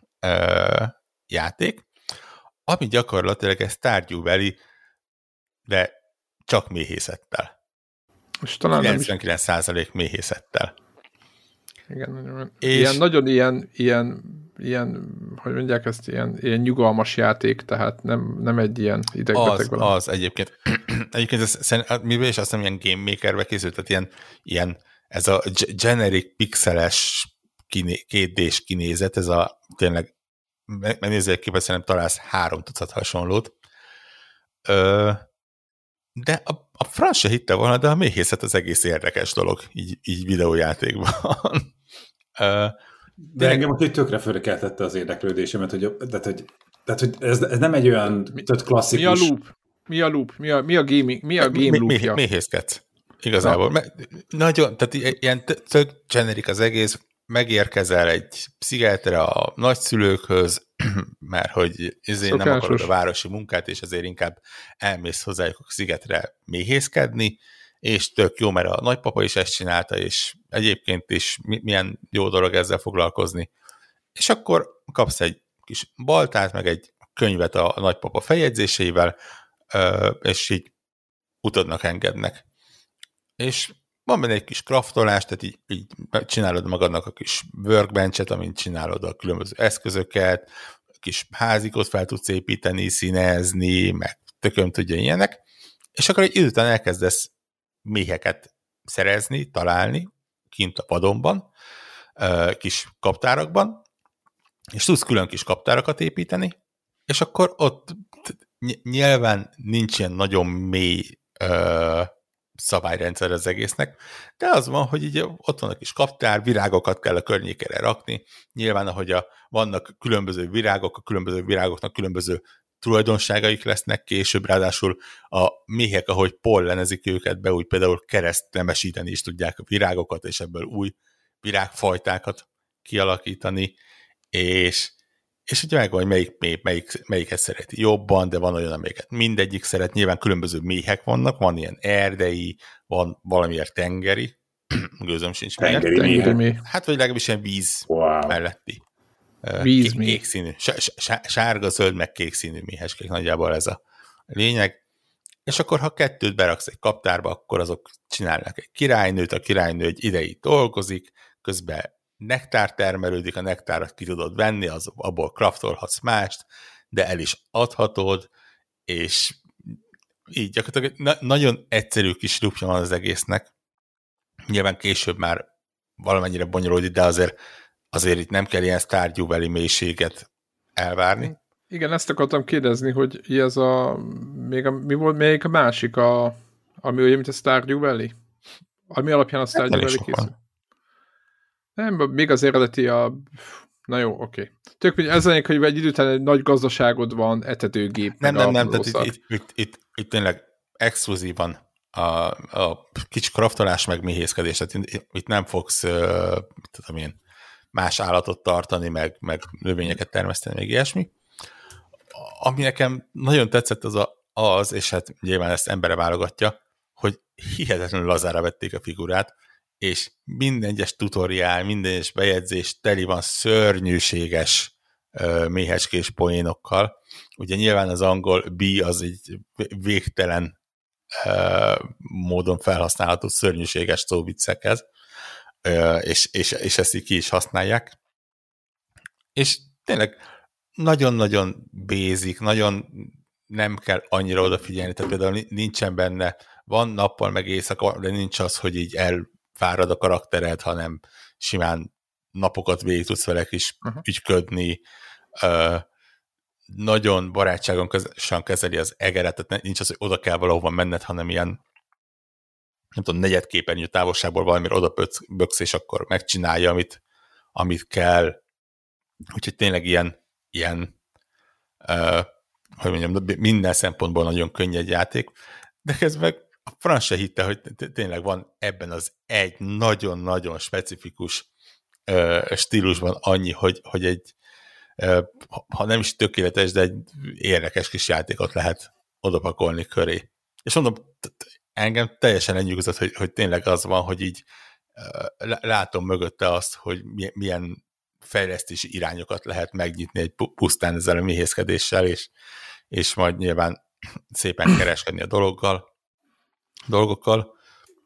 játék, ami gyakorlatilag ez Stardew Valley, de csak méhészettel. És talán 99% méhészettel. Igen, és nagyon ilyen, hogy mondják ezt, ilyen nyugalmas játék, tehát nem egy ilyen idegbeteg valami. Az egyébként mivel is azt hiszem ilyen Game Makerbe készült, tehát ilyen ez a generic pixeles 2D-s kinézet, ez a tényleg megnézzél ki, szerintem találsz 3 tucat hasonlót. De a franc se hitte volna, de a méhészet az egész érdekes dolog, így videójátékban. De engem ott tökre fölkeltette az érdeklődésemet, hogy ez nem egy olyan klasszikus... Mi a loop? Mi a game loopja? Méhészkedsz. Igazából. Nagyon, tehát ilyen tök generic az egész, megérkezel egy szigetre a nagyszülőkhöz, mert hogy ezért nem akarod a városi munkát, és azért inkább elmész hozzájuk a szigetre méhészkedni, és tök jó, mert a nagypapa is ezt csinálta, és egyébként is milyen jó dolog ezzel foglalkozni. És akkor kapsz egy kis baltát, meg egy könyvet a nagypapa feljegyzéseivel, és így utódnak engednek. És van benne egy kis kraftolás, tehát így csinálod magadnak a kis workbenchet, amint csinálod a különböző eszközöket, kis házikot fel tudsz építeni, színezni, meg tököm tudja ilyenek, és akkor egy idő után elkezdesz méheket szerezni, találni, kint a padonban, kis kaptárakban, és tudsz külön kis kaptárakat építeni, és akkor ott nyilván nincs ilyen nagyon mély szabályrendszer az egésznek, de az van, hogy így ott van a kis kaptár, virágokat kell a környékére rakni, nyilván ahogy vannak különböző virágok, a különböző virágoknak különböző tulajdonságaik lesznek később, ráadásul a méhek, ahogy pollenezik őket be, úgy például keresztnemesíteni is tudják a virágokat, és ebből új virágfajtákat kialakítani, és ugye megvan, hogy melyiket szereti jobban, de van olyan, amelyiket mindegyik szeret. Nyilván különböző méhek vannak, van ilyen erdei, van valamiért tengeri, gőzöm sincs tengeri méh. Hát vagy legalábbis ilyen víz melletti. Kék színű, sárga, zöld, meg kék színű méheskék, nagyjából ez a lényeg. És akkor, ha kettőt beraksz egy kaptárba, akkor azok csinálnak egy királynőt, a királynő egy ideig dolgozik, közben nektár termelődik, a nektárat ki tudod venni, abból kraftolhatsz mást, de el is adhatod, és így gyakorlatilag nagyon egyszerű kis lupja van az egésznek. Nyilván később már valamennyire bonyolódik, de azért itt nem kell ilyen Stardew Valley mélységet elvárni. Igen, ezt akartam kérdezni, hogy ez mi volt még a másik, ami olyan, mint a Stardew Valley? Ami alapján a Stardew Valley készül? Nem, még az eredeti Na jó, oké. Tök, hogy ez lényeg, hogy egy idő után egy nagy gazdaságod van, etetőgép. Nem, tehát itt tényleg exkluzívan a kicsi kraftolás meg méhészkedés, tehát itt nem fogsz más állatot tartani, meg növényeket termeszteni, meg ilyesmi. Ami nekem nagyon tetszett az, és hát nyilván ezt embere válogatja, hogy hihetetlenül lazára vették a figurát, és minden egyes tutoriál, minden egyes bejegyzés teli van szörnyűséges méhecskés poénokkal. Ugye nyilván az angol B az egy végtelen módon felhasználható szörnyűséges szóviccekhez, és ezt így ki is használják. És tényleg nagyon-nagyon basic, nagyon nem kell annyira odafigyelni, tehát például nincsen benne, van nappal meg éjszaka, de nincs az, hogy így elfárad a karaktered, hanem simán napokat végig tudsz vele is ügyködni, nagyon barátságosan kezeli az egeret, tehát nincs az, hogy oda kell valahova menned, hanem ilyen nem tudom, negyedképernyő távolságból valamire oda böksz, és akkor megcsinálja, amit kell. Úgyhogy tényleg ilyen hogy mondjam, minden szempontból nagyon könnyed játék, de ez meg a franc se hitte, hogy tényleg van ebben az egy nagyon-nagyon specifikus stílusban annyi, hogy egy ha nem is tökéletes, de egy érdekes kis játékot lehet odapakolni köré. És mondom, engem teljesen lenyűgözött, hogy tényleg az van, hogy így látom mögötte azt, hogy milyen fejlesztési irányokat lehet megnyitni egy pusztán ezzel a méhészkedéssel, és majd nyilván szépen kereskedni a dolgokkal.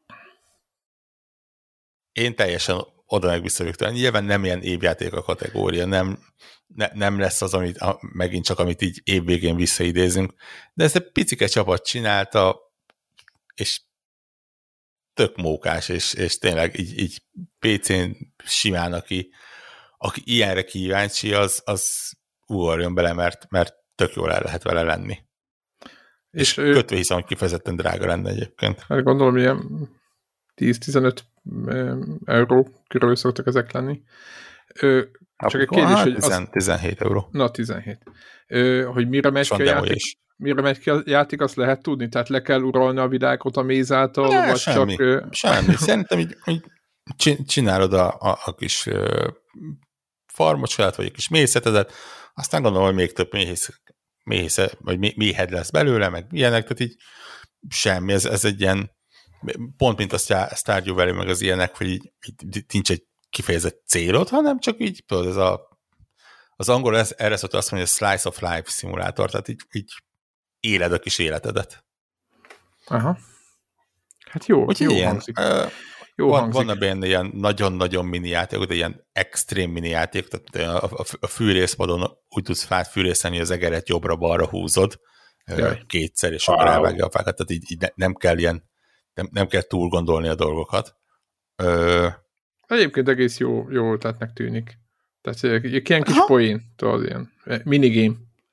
Én teljesen oda meg vissza vagyok talán. Nyilván nem ilyen évjáték a kategória, nem lesz az, megint csak amit így évvégén visszaidézünk, de ezt egy picike csapat csinálta, és tök mókás, és tényleg így PC-n simán, aki ilyenre kíváncsi, az ugorjon bele, mert tök jól el lehet vele lenni. És kötve hiszem, hogy kifejezetten drága lenne egyébként. Hát gondolom, ilyen 10-15 euró körül szoktak ezek lenni. Csak egy kérdés, hogy 17 euró. Na, 17. Hogy mire megy ki a játék? Mire megy ki a játék, azt lehet tudni? Tehát le kell uralni a vidágot a méz által, vagy semmi, csak... Semmi. Szerintem így csinálod a kis farmocsát, vagy egy kis mészetedet, aztán gondolom, hogy még több méhed lesz belőle, meg ilyenek, tehát így semmi. Ez egy ilyen, pont mint a Stardew Valley, meg az ilyenek, hogy így nincs egy kifejezett célod, hanem csak így, tudod, ez az angol erre szólt azt mondja, hogy slice of life szimulátor, tehát így éled a kis életedet. Aha. Hát jó hangzik. Vannak benne ilyen nagyon-nagyon mini játékok, de ilyen extrém mini játékok, tehát a fűrészpadon úgy tudsz fűrészelni, hogy az egeret jobbra-balra húzod kétszer, és akkor elvágja a fákat, tehát így nem kell túl gondolni a dolgokat. Egyébként egész jó ötletnek tűnik. Tehát ilyen kis poén, tudod, ilyen minigame.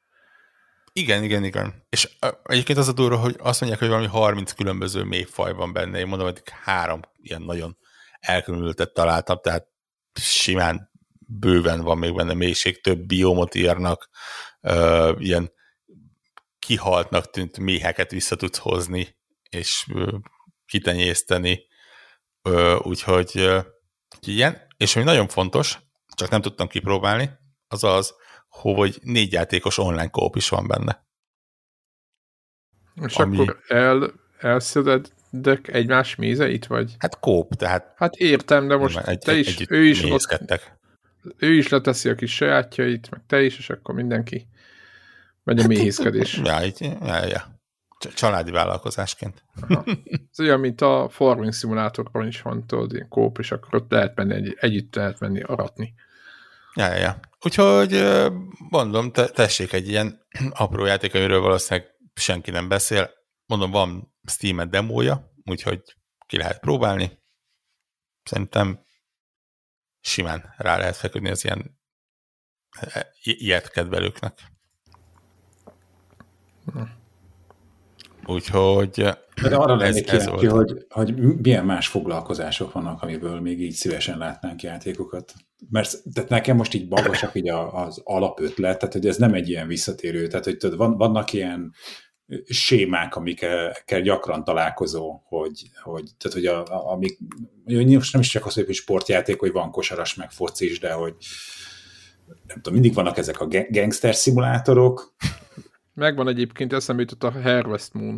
Igen. És egyébként az a durva, hogy azt mondják, hogy valami 30 különböző mélyfaj van benne. Én mondom, hogy 3 ilyen nagyon elkülönültet találtam, tehát simán bőven van még benne mélység, több biomot írnak, ilyen kihaltnak tűnt méheket vissza tudsz hozni, és kitenyészteni. Úgyhogy ilyen. És ami nagyon fontos, csak nem tudtam kipróbálni, az, hogy 4 játékos online co-op is van benne. És akkor elszededek egymás mézeit, vagy? Hát co-op, tehát... Hát értem, de most ő is leteszi a kis sajátjait, meg te is, és akkor mindenki megy a méhészkedés. Ja. Családi vállalkozásként. Ez olyan, mint a farming szimulátorban is van, tudod, ilyen co-op, és akkor ott lehet menni, együtt lehet menni aratni. Ja. Úgyhogy mondom, tessék egy ilyen apró játék, amiről valószínűleg senki nem beszél. Mondom, van Steam-en demója, úgyhogy ki lehet próbálni. Szerintem simán rá lehet feküdni az ilyet kedvelőknek. Úgyhogy de arra lennék kíváncsi, hogy milyen más foglalkozások vannak, amiből még így szívesen látnánk játékokat. Mert tehát nekem most így magasak így az alapötlet, tehát hogy ez nem egy ilyen visszatérő, tehát hogy tudod, vannak ilyen sémák, amikkel gyakran találkozó, amik most nem is csak az, hogy sportjáték, hogy van kosaras, meg focis, de hogy nem tudom, mindig vannak ezek a gangster szimulátorok. Megvan egyébként, eszembe jutott a Harvest Moon.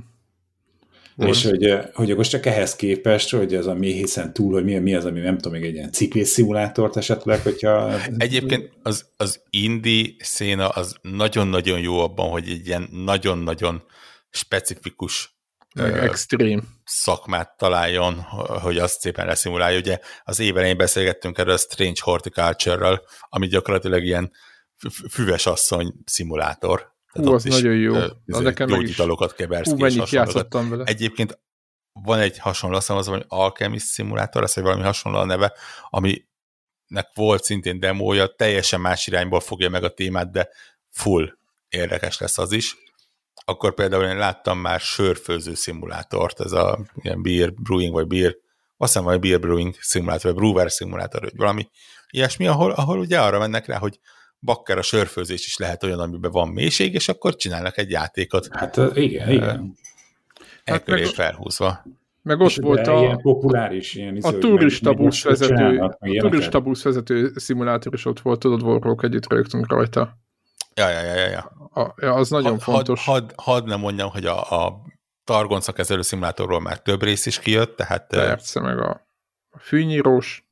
És hogy most csak ehhez képest, hogy az a méhészen túl, hogy mi az, ami nem tudom, még egy ilyen ciklés szimulátort esetleg, hogyha... Egyébként az indie széna az nagyon-nagyon jó abban, hogy egy ilyen nagyon-nagyon specifikus extrém szakmát találjon, hogy azt szépen leszimulálja. Ugye az év elején beszélgettünk erről a Strange Horticulture-ral, ami gyakorlatilag ilyen füves asszony szimulátor. Az nagyon jó. Gyógyitalokat keversz ki, és hasonlókat. Vele. Egyébként van egy hasonló, azt hiszem, az Alchemist szimulátor, az, hogy valami hasonló a neve, aminek volt szintén demója, teljesen más irányból fogja meg a témát, de full érdekes lesz az is. Akkor például én láttam már sörfőző szimulátort, ez a ilyen beer brewing, vagy beer, azt hiszem, hogy beer brewing szimulátor, vagy brewer szimulátor, vagy valami ilyesmi, ahol ugye arra mennek rá, hogy bakker a sörfőzés is lehet olyan, amiben van mélység, és akkor csinálnak egy játékot. Hát igen. Elköré felhúzva. Meg ott volt ilyen populáris, ilyen a turista busz vezető szimulátor is ott volt, tudod, Warrock együtt rögtünk rajta. Ja. Az nagyon fontos. Hadd nem mondjam, hogy a targonca kezelő szimulátorról már több rész is kijött, tehát... Persze, meg a fűnyírós.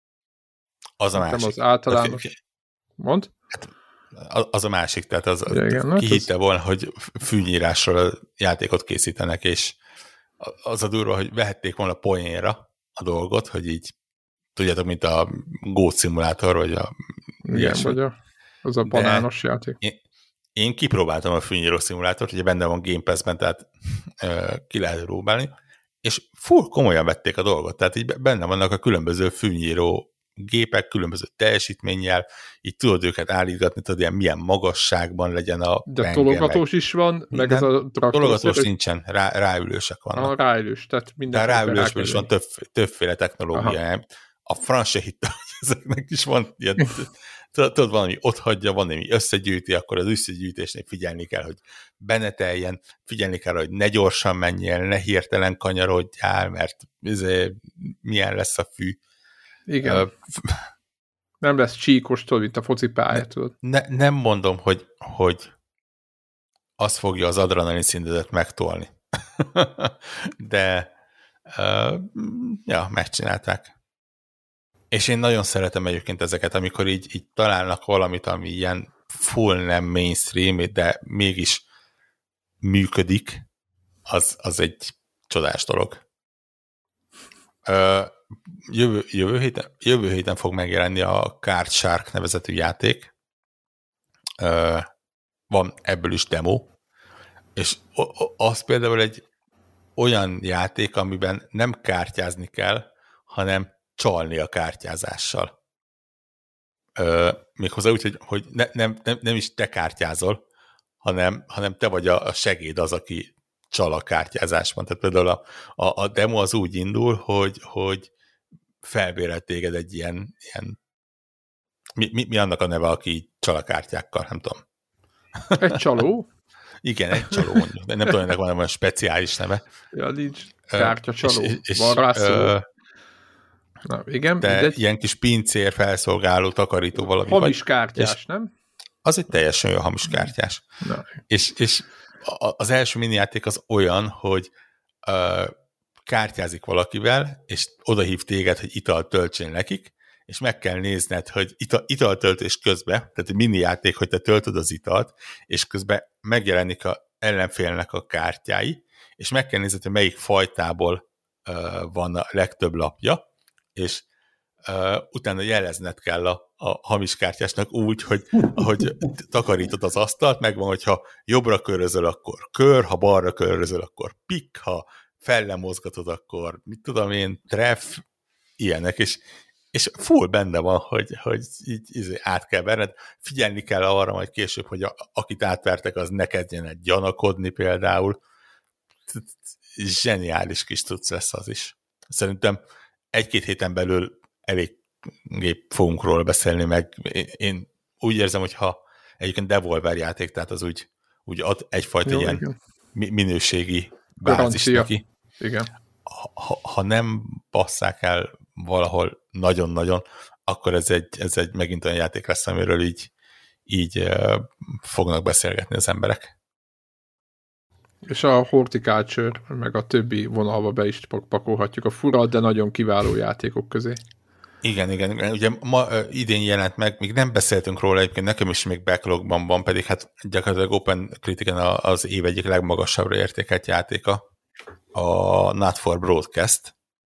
Az a másik. Az általános. Mond? Hát, az a másik, tehát igen, ki hitte volna, hogy fűnyírásról játékot készítenek, és az a durva, hogy vehették volna poénra a dolgot, hogy így tudjátok, mint a Goat szimulátor, vagy a... Igen, vagy az a banános játék. Én kipróbáltam a fűnyíró szimulátort, ugye benne van Game Pass-ben, tehát ki lehet próbálni, és full komolyan vették a dolgot, tehát így benne vannak a különböző fűnyíró gépek, különböző teljesítménnyel, így tudod őket állítgatni, tudod, ilyen milyen magasságban legyen a de penge, tologatós is van, meg ez a traktor. Tologatós nincsen, ráülősek vannak. Ráülős, tehát minden. Ráülősből is van többféle technológia. Aha. A franc se hitte, hogy ezeknek is van ilyen, tudod, valami ott hagyja, van, ami összegyűjti, akkor az összegyűjtésnél figyelni kell, hogy beneteljen, figyelni kell, hogy ne gyorsan menjél, ne hirtelen kanyarodjál, mert milyen lesz a fű. Igen. Nem lesz csíkos, tudod, mint a focipálya, tudod. Nem mondom, hogy az fogja az adrenalin szintedet megtolni. De megcsinálták. És én nagyon szeretem egyébként ezeket, amikor így találnak valamit, ami ilyen full nem mainstream, de mégis működik, az egy csodás dolog. Jövő héten fog megjelenni a Card Shark nevezetű játék. Van ebből is demo, és az például egy olyan játék, amiben nem kártyázni kell, hanem csalni a kártyázással. Méghozzá úgy, hogy nem is te kártyázol, hanem te vagy a segéd az, aki csal a kártyázásban. Tehát például a demo az úgy indul, hogy felbérelt téged egy ilyen mi annak a neve, aki csal a kártyákkal, nem tudom. Egy csaló? Igen, egy csaló mondjuk. Nem tudom, ennek van olyan speciális neve. Ja, nincs. Kártyacsaló. Van rá szó. Na, igen. De ilyen kis pincér, felszolgáló, takarító valami. Hamis kártyás, nem? Az egy teljesen olyan hamis kártyás. És az első minijáték az olyan, hogy kártyázik valakivel, és odahív téged, hogy italt töltsél nekik, és meg kell nézned, hogy italtöltés közben, tehát egy minijáték, hogy te töltöd az italt, és közben megjelenik a ellenfélnek a kártyái, és meg kell nézned, hogy melyik fajtából van a legtöbb lapja, és utána jelezned kell a hamis kártyásnak úgy, hogy ahogy takarítod az asztalt, megvan, hogyha jobbra körözöl, akkor kör, ha balra körözöl, akkor pik, ha felle mozgatod, akkor mit tudom én, treff, ilyenek, és full benne van, hogy így át kell verned. Figyelni kell arra majd később, hogy akit átvertek, az ne kezdjen gyanakodni például. Zseniális kis tudsz lesz az is. Szerintem 1-2 héten belül eléggé fogunk róla beszélni, meg én úgy érzem, hogy ha egyébként Devolver játék, tehát az úgy ad egyfajta jó, ilyen minőségi bázis neki. Igen. Ha nem passzák el valahol nagyon-nagyon, akkor ez egy megint olyan játék lesz, amiről így fognak beszélgetni az emberek. És a Horticulture, meg a többi vonalba be is pakolhatjuk a fura, de nagyon kiváló játékok közé. Igen. Ugye ma idén jelent meg, még nem beszéltünk róla, egyébként nekem is még backlogban van, pedig hát gyakorlatilag Open Critic-en az év egyik legmagasabbra értékelt játéka, a Not for Broadcast,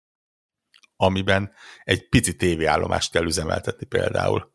amiben egy pici tévéállomást kell üzemeltetni például.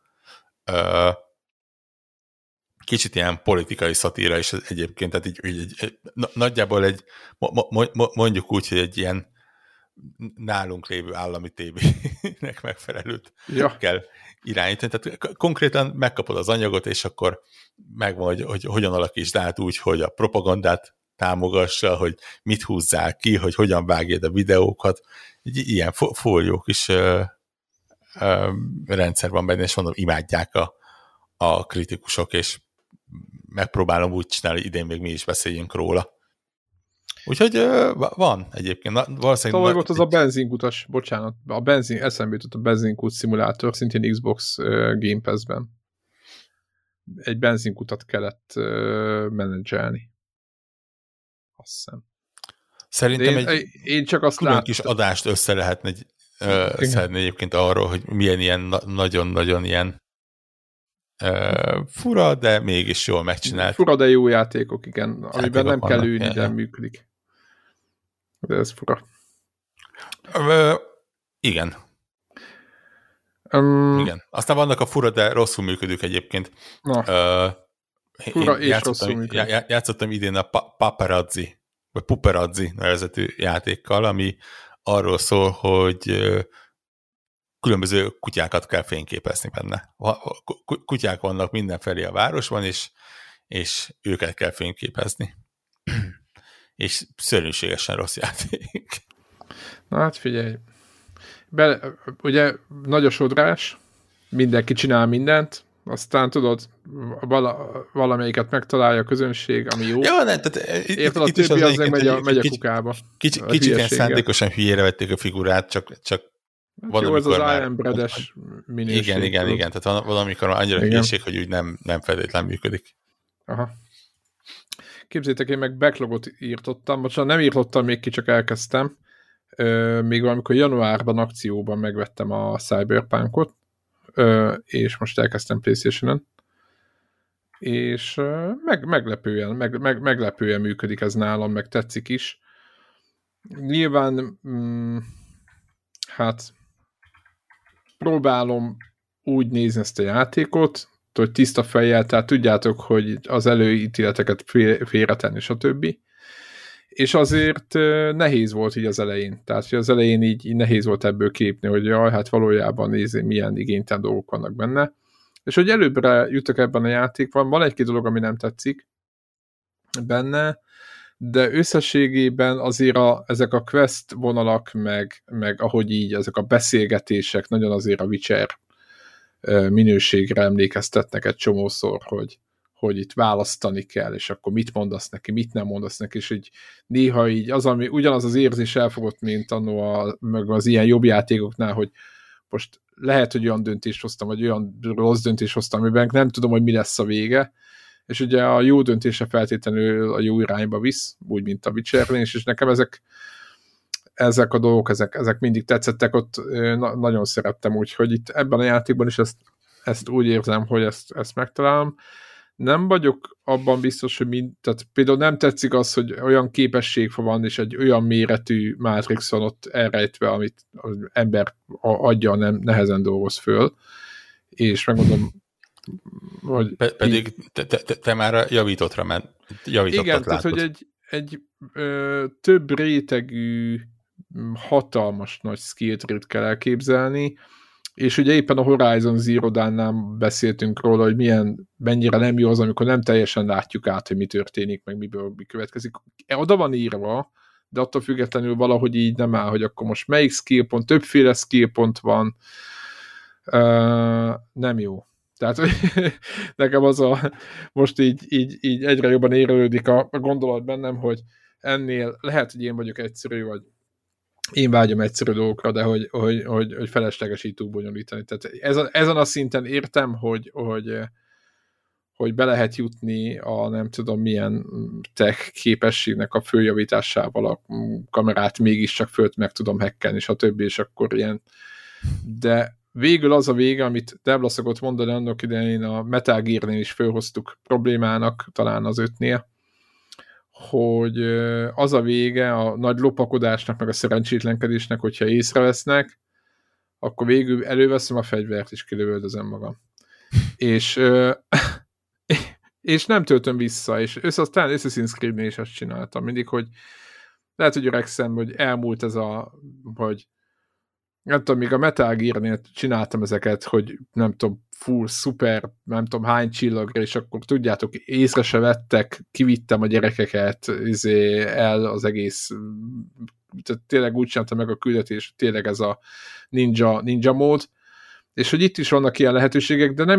Kicsit ilyen politikai szatíra is egyébként, tehát így nagyjából mondjuk úgy, hogy egy ilyen nálunk lévő állami tévének megfelelőt kell irányítani. Tehát konkrétan megkapod az anyagot, és akkor megvan, hogy hogyan alakítsd át úgy, hogy a propagandát támogassa, hogy mit húzzál ki, hogy hogyan vágjad a videókat. Ilyen full jó kis rendszer van benne, és mondom, imádják a kritikusok, és megpróbálom úgy csinálni, hogy idén még mi is beszéljünk róla. Úgyhogy van egyébként. Valószínűleg tavaly volt az a benzinkutas, bocsánat, eszembe jutott a benzinkút szimulátor, szintén Xbox Game Pass-ben. Egy benzinkutat kellett menedzselni. Azt hiszem. Szerintem én csak azt külön kis adást össze lehetne szedni egyébként arról, hogy milyen ilyen nagyon-nagyon ilyen fura, de mégis jól megcsinált. Fura, de jó játékok, igen. Amiben nem kell ülni, de működik. De ez fura. Igen. Igen. Aztán vannak a fura, de rosszul működők egyébként. Fura és rosszul működők. Játszottam idén a Paparazzi, vagy Puperazzi nevezetű játékkal, ami arról szól, hogy különböző kutyákat kell fényképezni benne. Kutyák vannak mindenfelé a városban, és őket kell fényképezni. És szörnyűségesen rossz játék. Na hát figyelj. Ugye nagy a sodrás, mindenki csinál mindent, aztán tudod, valamelyiket megtalálja a közönség, ami jó. Ja, nem, tehát érted, a többi az megy a kukába. Kicsit ilyen szándékosan hülyére vették a figurát, csak van, jó, ez az Iron Bread-es minőség. Igen. Tehát van, amikor annyira hülyeség, hogy úgy nem feltétlen működik. Aha. Képzétek, én meg backlogot írtottam, bocsánat, nem írtottam még ki, csak elkezdtem. még valamikor januárban akcióban megvettem a Cyberpunkot, és most elkezdtem PlayStation-en, és meglepően működik ez nálam, meg tetszik is. Nyilván hát próbálom úgy nézni ezt a játékot, hogy tiszta fejjel, tehát tudjátok, hogy az előítéleteket félretenni, stb. És azért nehéz volt így az elején. Tehát, hogy az elején így nehéz volt ebből képni, hogy jaj, hát valójában nézni, milyen igénytelen dolgok vannak benne. És hogy előbbre jutok ebben a játékban, van egy-két dolog, ami nem tetszik benne, de összességében azért ezek a quest vonalak, meg ahogy így ezek a beszélgetések nagyon azért a Witcher minőségre emlékeztetnek egy csomószor, hogy itt választani kell, és akkor mit mondasz neki, mit nem mondasz neki, és így néha így az, ami ugyanaz az érzés elfogott, mint annó meg az ilyen jobb játékoknál, hogy most lehet, hogy olyan döntést hoztam, vagy olyan rossz döntést hoztam, amiben nem tudom, hogy mi lesz a vége, és ugye a jó döntése feltétlenül a jó irányba visz, úgy, mint a Witchernél, és nekem ezek a dolgok, ezek mindig tetszettek, ott nagyon szerettem, úgyhogy itt ebben a játékban is ezt úgy érzem, hogy ezt megtalálom. Nem vagyok abban biztos, hogy tehát például nem tetszik az, hogy olyan képesség van, és egy olyan méretű Matrix van ott elrejtve, amit az ember agya nehezen dolgoz föl, és megmondom, hogy... Pedig te már javítottad igen, látod. Tehát, hogy egy több rétegű, hatalmas nagy skill tree-t kell elképzelni, és ugye éppen a Horizon Zero Dawn-nál beszéltünk róla, hogy mennyire nem jó az, amikor nem teljesen látjuk át, hogy mi történik, meg miből mi következik. Oda van írva, de attól függetlenül valahogy így nem áll, hogy akkor most melyik skillpont, többféle skillpont van, nem jó. Tehát nekem most így egyre jobban érődik a gondolat bennem, hogy ennél lehet, hogy én vagyok egyszerű, vagy én vágyom egyszerű dolgokra, de hogy felesleges így túl bonyolítani. Tehát ezen a szinten értem, hogy be lehet jutni a nem tudom milyen tech képességnek a följavításával a kamerát mégiscsak fölt meg tudom hackelni, stb. És akkor ilyen. De végül az a vége, amit Debla szokott mondani annak idején a Metal Gear-nél is fölhoztuk problémának, talán az 5-nél, hogy az a vége a nagy lopakodásnak, meg a szerencsétlenkedésnek, hogyha észrevesznek, akkor végül előveszem a fegyvert, és kilövöldözöm magam. És nem töltöm vissza, és talán Assassin's Creed-nél is azt csináltam mindig, hogy lehet, hogy öregszem, hogy elmúlt ez hogy nem tudom, még a Metal Gear-nél csináltam ezeket, hogy nem tudom, full, szuper, nem tudom hány csillagra, és akkor tudjátok, észre se vettek, kivittem a gyerekeket, el az egész, tehát tényleg úgy csináltam meg a küldetés, tényleg ez a ninja mód, és hogy itt is vannak ilyen lehetőségek, de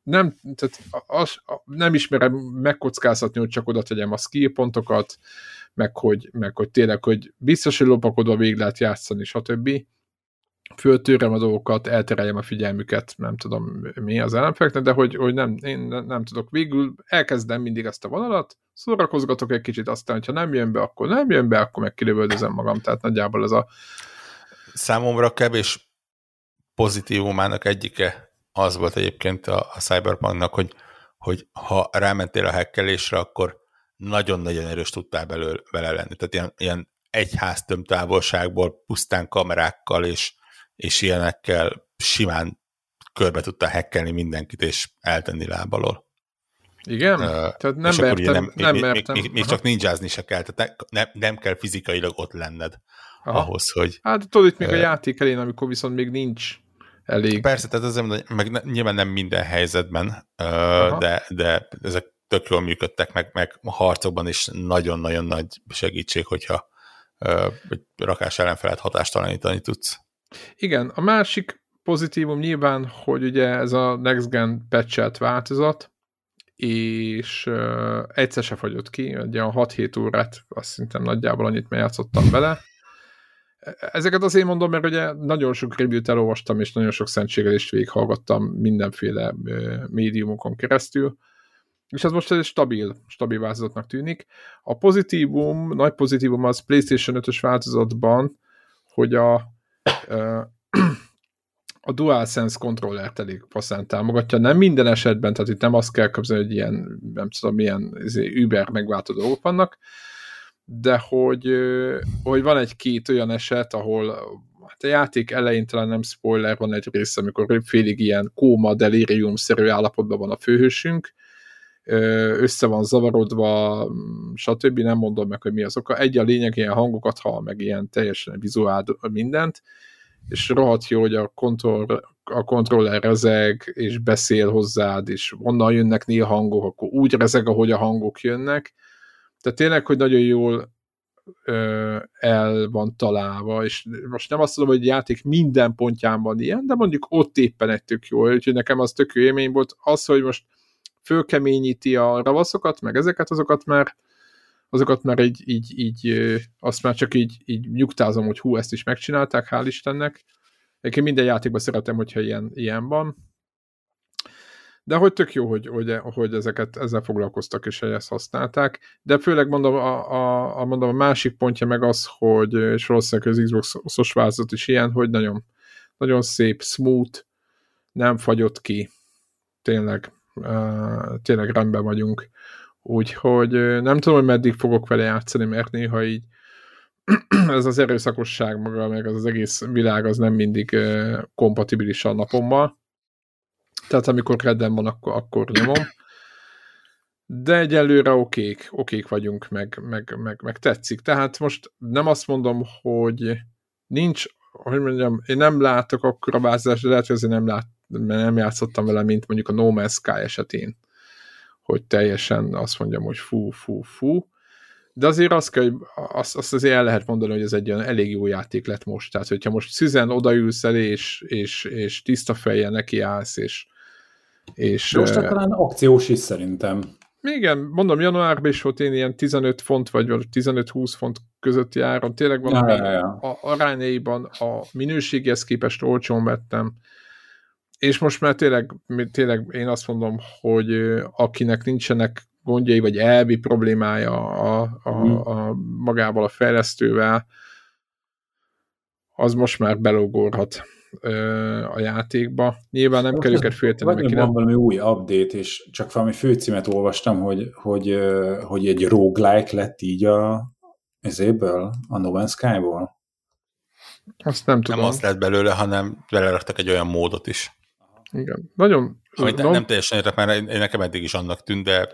nem ismerem megkockáztatni, hogy csak oda tegyem a skill pontokat, meg hogy tényleg, hogy biztos, hogy lopakodva végig lehet játszani, stb. Föltörem a dolgokat, eltereljem a figyelmüket, nem tudom mi az ellenfeleknek, de hogy én nem tudok. Végül elkezdem mindig ezt a vonalat, szórakozgatok egy kicsit, aztán, hogyha nem jön be, akkor meg kilövöldözem magam, tehát nagyjából ez a... Számomra kevés pozitívumának egyike az volt egyébként a Cyberpunknak, hogy ha rámentél a hackelésre, akkor nagyon-nagyon erős tudtál vele lenni. Tehát ilyen egy háztömb távolságból pusztán kamerákkal és ilyenekkel simán körbe tudtál hackelni mindenkit, és eltenni lábalól. Igen? Tehát nem mertem. Még csak ninjázni se kell, tehát nem kell fizikailag ott lenned ahhoz, hogy... Hát tudod, itt még a játék elén, amikor viszont még nincs elég. Persze, tehát az meg nyilván nem minden helyzetben, de ezek tök jól működtek, meg a harcokban is nagyon-nagyon nagy segítség, hogyha rakás ellenfelet hatástalanítani tudsz. Igen, a másik pozitívum nyilván, hogy ugye ez a Next Gen patch-elt változat, és egyszer se fagyott ki, ugye a 6-7 órát, azt szerintem nagyjából annyit játszottam vele. Ezeket azért mondom, mert ugye nagyon sok review-t elolvastam, és nagyon sok szentségelést végighallgattam mindenféle médiumokon keresztül, és ez most egy stabil változatnak tűnik. A pozitívum, nagy pozitívum az PlayStation 5-ös változatban, hogy a DualSense kontrollert elég faszán támogatja. Nem minden esetben, tehát itt nem azt kell kapcsolni, hogy ilyen, nem tudom, milyen Uber megváltó dolgok vannak, de hogy van egy-két olyan eset, ahol hát a játék elején talán nem spoiler, van egy része, amikor félig ilyen kóma, delirium-szerű állapotban van a főhősünk, össze van zavarodva, stb. Nem mondom meg, hogy mi az oka. Egy a lényeg, ilyen hangokat hall, meg ilyen teljesen vizuál mindent, és rohadt jó, hogy a kontroller rezeg, és beszél hozzád, és onnan jönnek néha hangok, akkor úgy rezeg, ahogy a hangok jönnek. Tehát tényleg, hogy nagyon jól el van találva, és most nem azt mondom, hogy a játék minden pontján van ilyen, de mondjuk ott éppen egy tök jó, úgyhogy nekem az tök jó élmény volt. Az, hogy most fölkeményíti a ravaszokat, meg ezeket, azokat már így azt már csak így nyugtázom, hogy hú, ezt is megcsinálták, hál' Istennek. Egyébként minden játékban szeretem, hogyha ilyen van. De hogy tök jó, hogy ezzel foglalkoztak és ezt használták. De főleg mondom, a másik pontja meg az, hogy, és valószínűleg az Xbox-os változat is ilyen, hogy nagyon, nagyon szép, smooth, nem fagyott ki. Tényleg rendben vagyunk. Úgyhogy nem tudom, hogy meddig fogok vele játszani, mert néha így ez az erőszakosság maga, meg az egész világ az nem mindig kompatibilis a napommal. Tehát amikor kedden van, akkor nyomom. De egyelőre okék vagyunk, meg tetszik. Tehát most nem azt mondom, hogy nincs, hogy mondjam, én nem látok akkora változást, de lehet, hogy azért nem játszottam vele, mint mondjuk a No Man's Sky esetén, hogy teljesen azt mondjam, hogy fú. De azért azt azért el lehet mondani, hogy ez egy olyan elég jó játék lett most. Tehát, hogyha most szüzen odaülsz elé, és tiszta fejjel nekiállsz, és most talán akciós is szerintem. Igen, mondom, januárban is volt én ilyen 15 font, vagy 15-20 font közötti áron. Tényleg valami arányaiban a minőséghez képest olcsón vettem. És most már tényleg én azt mondom, hogy akinek nincsenek gondjai, vagy elvi problémája a magával a fejlesztővel, az most már belogorhat a játékba. Nyilván nem kell őket félteni. Vagy van valami új update, és csak valami főcímet olvastam, hogy egy roguelike lett így ezéből, a No Man's Sky-ból. Azt nem tudom. Nem azt lett belőle, hanem beleraktak egy olyan módot is. Igen. Nagyon... Amit nem teljesen értek, mert nekem eddig is annak tűnt, de...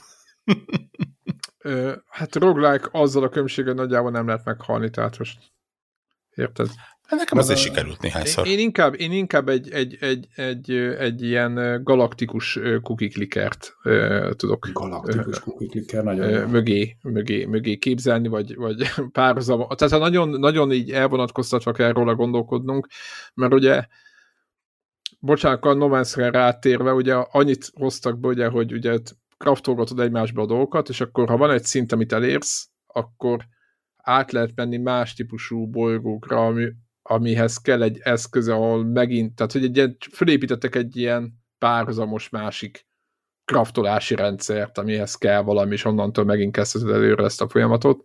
Hát roguelike azzal a különbséggel nagyjából nem lehet meghalni, tehát most érted? Nekem azért sikerült néhányszor. Én inkább egy ilyen galaktikus cookie clickert tudok. Galaktikus cookie clicker, nagyon mögé képzelni, vagy párhuzam. Tehát nagyon, nagyon így elvonatkoztatva kell róla gondolkodnunk, mert ugye bocsánat, a No Man's Sky rátérve, ugye annyit hoztak be, ugye, hogy ugye kraftolgatod egymásba a dolgokat, és akkor ha van egy szint, amit elérsz, akkor át lehet menni más típusú bolygókra, amihez kell egy eszköz, ahol megint, tehát hogy fölépítettek egy ilyen párhuzamos másik kraftolási rendszert, amihez kell valami, és onnantól megint kezdheted előre ezt a folyamatot.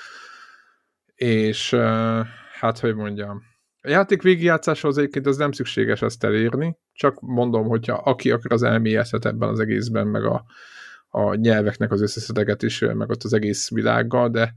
És hát, hogy mondjam, a játék végigjátszáshoz egyébként az nem szükséges ezt elérni, csak mondom, hogyha aki akar, az elmélyedhet ebben az egészben, meg a nyelveknek az összeszedegetés, meg ott az egész világgal, de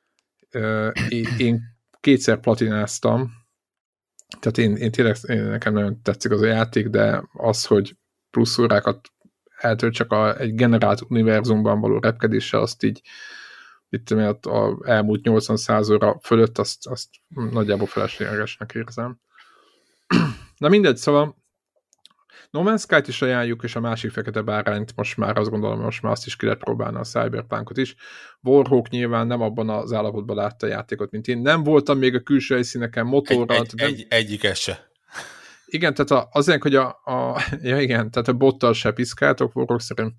én kétszer platináztam, tehát én tényleg nekem nagyon tetszik az a játék, de az, hogy plusz órákat eltölt csak egy generált univerzumban való repkedéssel, azt így itt az elmúlt 80-100 óra fölött azt nagyjából feleslegesnek érzem. Na mindegy, szóval No Man's Sky-t is ajánljuk, és a másik fekete bárányt most már azt gondolom, most már azt is ki lehet próbálni, a Cyberpunkot is. Warhawk nyilván nem abban az állapotban látta a játékot, mint én. Nem voltam még a külső helyszíneken motorral. Egyik se. Igen, tehát azért, hogy tehát a bottal se piszkáltok, Warhawk szerint.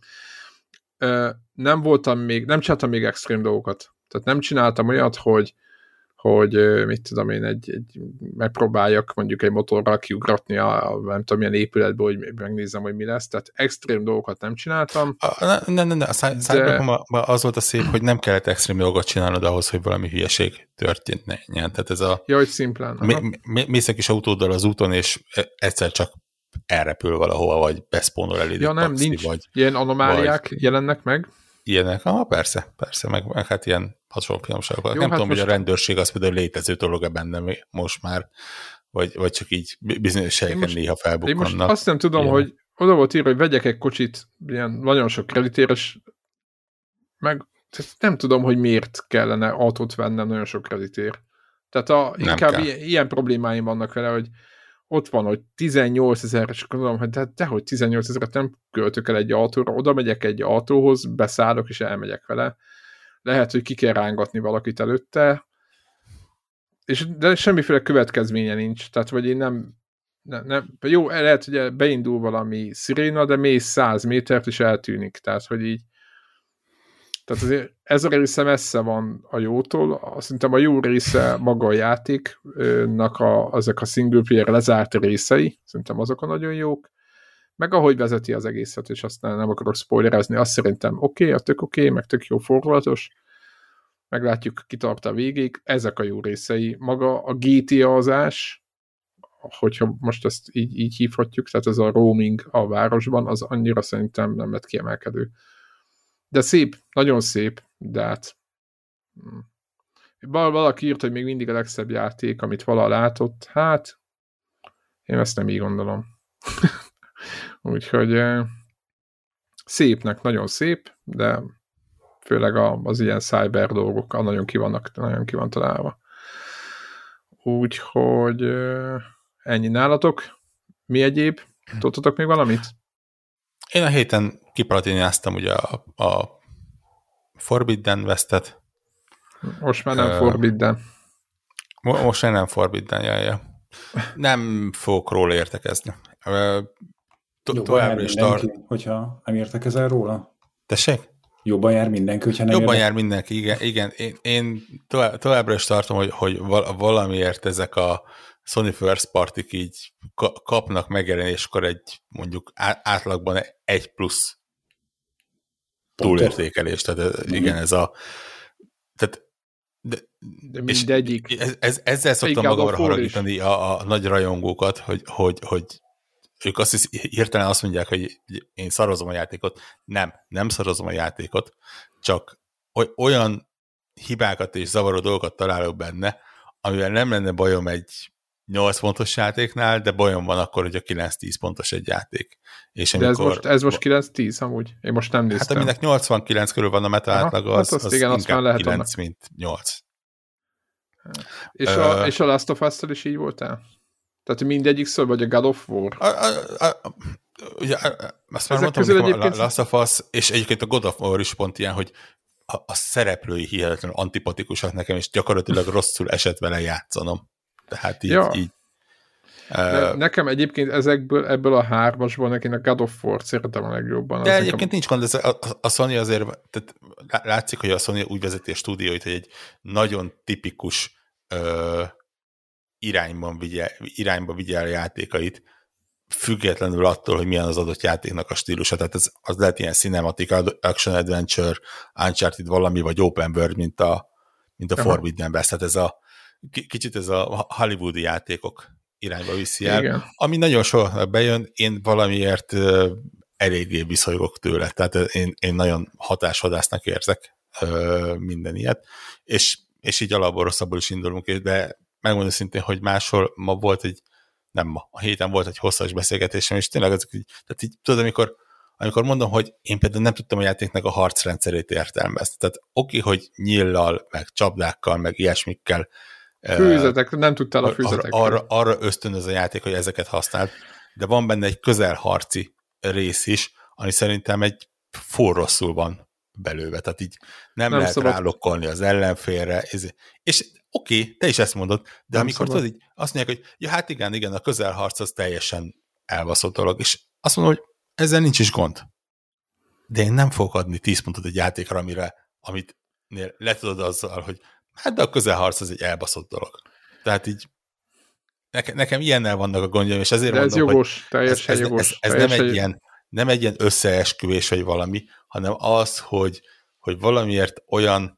Nem csináltam még extrém dolgokat. Tehát nem csináltam olyat, hogy hogy mit tudom én, megpróbáljak mondjuk egy motorral kiugratni nem tudom milyen épületbe, hogy megnézzem, hogy mi lesz. Tehát extrém dolgokat nem csináltam. A Cyberpunk az volt a szép, hogy nem kellett extrém dolgot csinálnod ahhoz, hogy valami hülyeség történjen. Tehát ez a... Ja, hogy szimplán. Mész egy kis autóddal az úton, és egyszer csak elrepül valahova, vagy beszpónol eléd. Ja, nem, taxi, nincs. Vagy, ilyen anomáliák jelennek meg? Ilyenek? Persze, meg hát ilyen hasonló finomságok. Nem tudom, hogy a rendőrség az például létező dolog benne most már, vagy csak így bizonyos helyeken néha felbukkannak. Én most azt nem tudom, hogy oda volt írva, hogy vegyek egy kocsit, ilyen nagyon sok kreditéres, meg nem tudom, hogy miért kellene autót vennem nagyon sok kreditér. Tehát inkább ilyen problémáim vannak vele, hogy ott van, hogy 18 000, és gondolom, hogy dehogy 18 000-et nem költök el egy autóra, oda megyek egy autóhoz, beszállok, és elmegyek vele. Lehet, hogy ki kell rángatni valakit előtte, de semmiféle következménye nincs. Tehát, vagy én nem jó, lehet, hogy beindul valami sziréna, de mész 100 métert, és eltűnik. Tehát, hogy így tehát azért ez a része messze van a jótól. Szerintem a jó része maga a játéknak ezek a single player lezárt részei. Szerintem azok a nagyon jók. Meg ahogy vezeti az egészet, és aztán nem akarok spoilerezni, azt szerintem tök oké, meg tök jó fordulatos. Meglátjuk, ki tart a végig. Ezek a jó részei. Maga a GTA-zás, hogyha most ezt így hívhatjuk, tehát ez a roaming a városban, az annyira szerintem nem lett kiemelkedő. De szép, nagyon szép, de hát valaki írt, hogy még mindig a legszebb játék, amit valaha látott. Hát, én ezt nem így gondolom. Úgyhogy szépnek, nagyon szép, de főleg az ilyen cyber dolgok nagyon ki van találva. Úgyhogy ennyi nálatok. Mi egyéb? Tudtatok még valamit? Én a héten kiplatináztam ugye a Forbidden West-et. Most már nem Forbidden. Most már nem Forbidden, jaj. Nem fogok róla értekezni. Jobban jár mindenki, hogyha nem értekezel róla? Tessék? Jobban jár mindenki, hogyha nem Jobban jár mindenki, igen. Én továbbra is tartom, hogy valamiért ezek a Sony First Party-k így kapnak megjelenéskor egy mondjuk átlagban 1+ túlértékelés. Tehát igen, ez a... Tehát, de mindegyik. Ezzel szoktam magamra haragítani a nagy rajongókat, hogy ők hirtelen azt mondják, hogy én szarozom a játékot. Nem szarozom a játékot, csak olyan hibákat és zavaró dolgokat találok benne, amivel nem lenne bajom egy 8 pontos játéknál, de bajom van akkor, hogy a 9-10 pontos egy játék. És de ez most 9-10 amúgy? Én most nem néztem. Hát aminek 89 körül van a meta átlag, az igen, inkább lehet 9, annak. mint 8. És a Last of Us-tal is így voltál? Tehát mindegyik szól, vagy a God of War? Ugye, azt már mondtam, hogy a Last of Us, és egyébként a God of War is pont ilyen, hogy a szereplői hihetetlenül antipatikusak nekem, és gyakorlatilag rosszul esett vele játszanom. Tehát így. Nekem egyébként ebből a 3-asból nekem a God of War szeretem a legjobban. De egyébként nincs gond, a Sony azért, tehát látszik, hogy a Sony úgy vezeti a stúdióit, hogy egy nagyon tipikus irányba vigye a játékait, függetlenül attól, hogy milyen az adott játéknak a stílusa. Tehát az lehet ilyen cinematic, action adventure, Uncharted valami, vagy open world, mint a Forbidden West. Tehát ez kicsit ez a hollywoodi játékok irányba viszi el. Igen. Ami nagyon soha bejön, én valamiért eléggé viszolygok tőle. Tehát én nagyon hatásvadásznak érzek minden ilyet. És így alapból rosszabbul is indulunk, de megmondom szintén, hogy máshol a héten volt egy hosszas beszélgetésem, és tényleg tehát így tudod, amikor mondom, hogy én például nem tudtam a játéknak a harcrendszerét értelmezni. Tehát oké, hogy nyíllal, meg csapdákkal, meg ilyesmikkel fűzetek, nem tudtál a fűzetekkel. Arra ösztönöz a játék, hogy ezeket használt, de van benne egy közelharci rész is, ami szerintem egy rosszul van belőve, tehát így nem lehet rálokkolni az ellenfélre, és oké, te is ezt mondod, de nem amikor tudod, így azt mondják, hogy ja, hát igen, a közelharc az teljesen elbaszott dolog, és azt mondom, hogy ezzel nincs is gond. De én nem fogok adni 10 pontot egy játékra, amit le tudod azzal, hogy Hát de a közelharc az egy elbaszott dolog. Tehát így nekem ilyennel vannak a gondjaim, és ezért de ez mondom, jogos, hogy teljesen jogos. Ez nem egy ilyen összeesküvés, vagy valami, hanem az, hogy valamiért olyan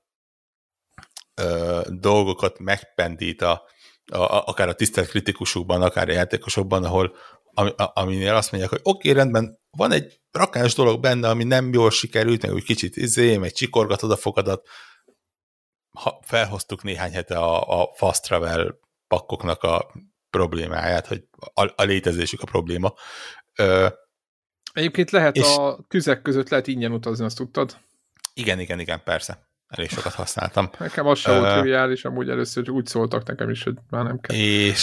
dolgokat megpendít akár a tisztelt kritikusokban, akár a játékosokban, aminél azt mondják, hogy oké, rendben, van egy rakás dolog benne, ami nem jól sikerült, meg úgy kicsit meg csikorgatod a fogadat. Felhoztuk néhány hete a fast travel pakkoknak a problémáját, hogy a létezésük a probléma. Egyébként lehet a tüzek között lehet ingyen utazni, azt tudtad? Igen, persze. Elég sokat használtam. Nekem az sem volt triviális, amúgy először úgy szóltak nekem is, hogy már nem kell.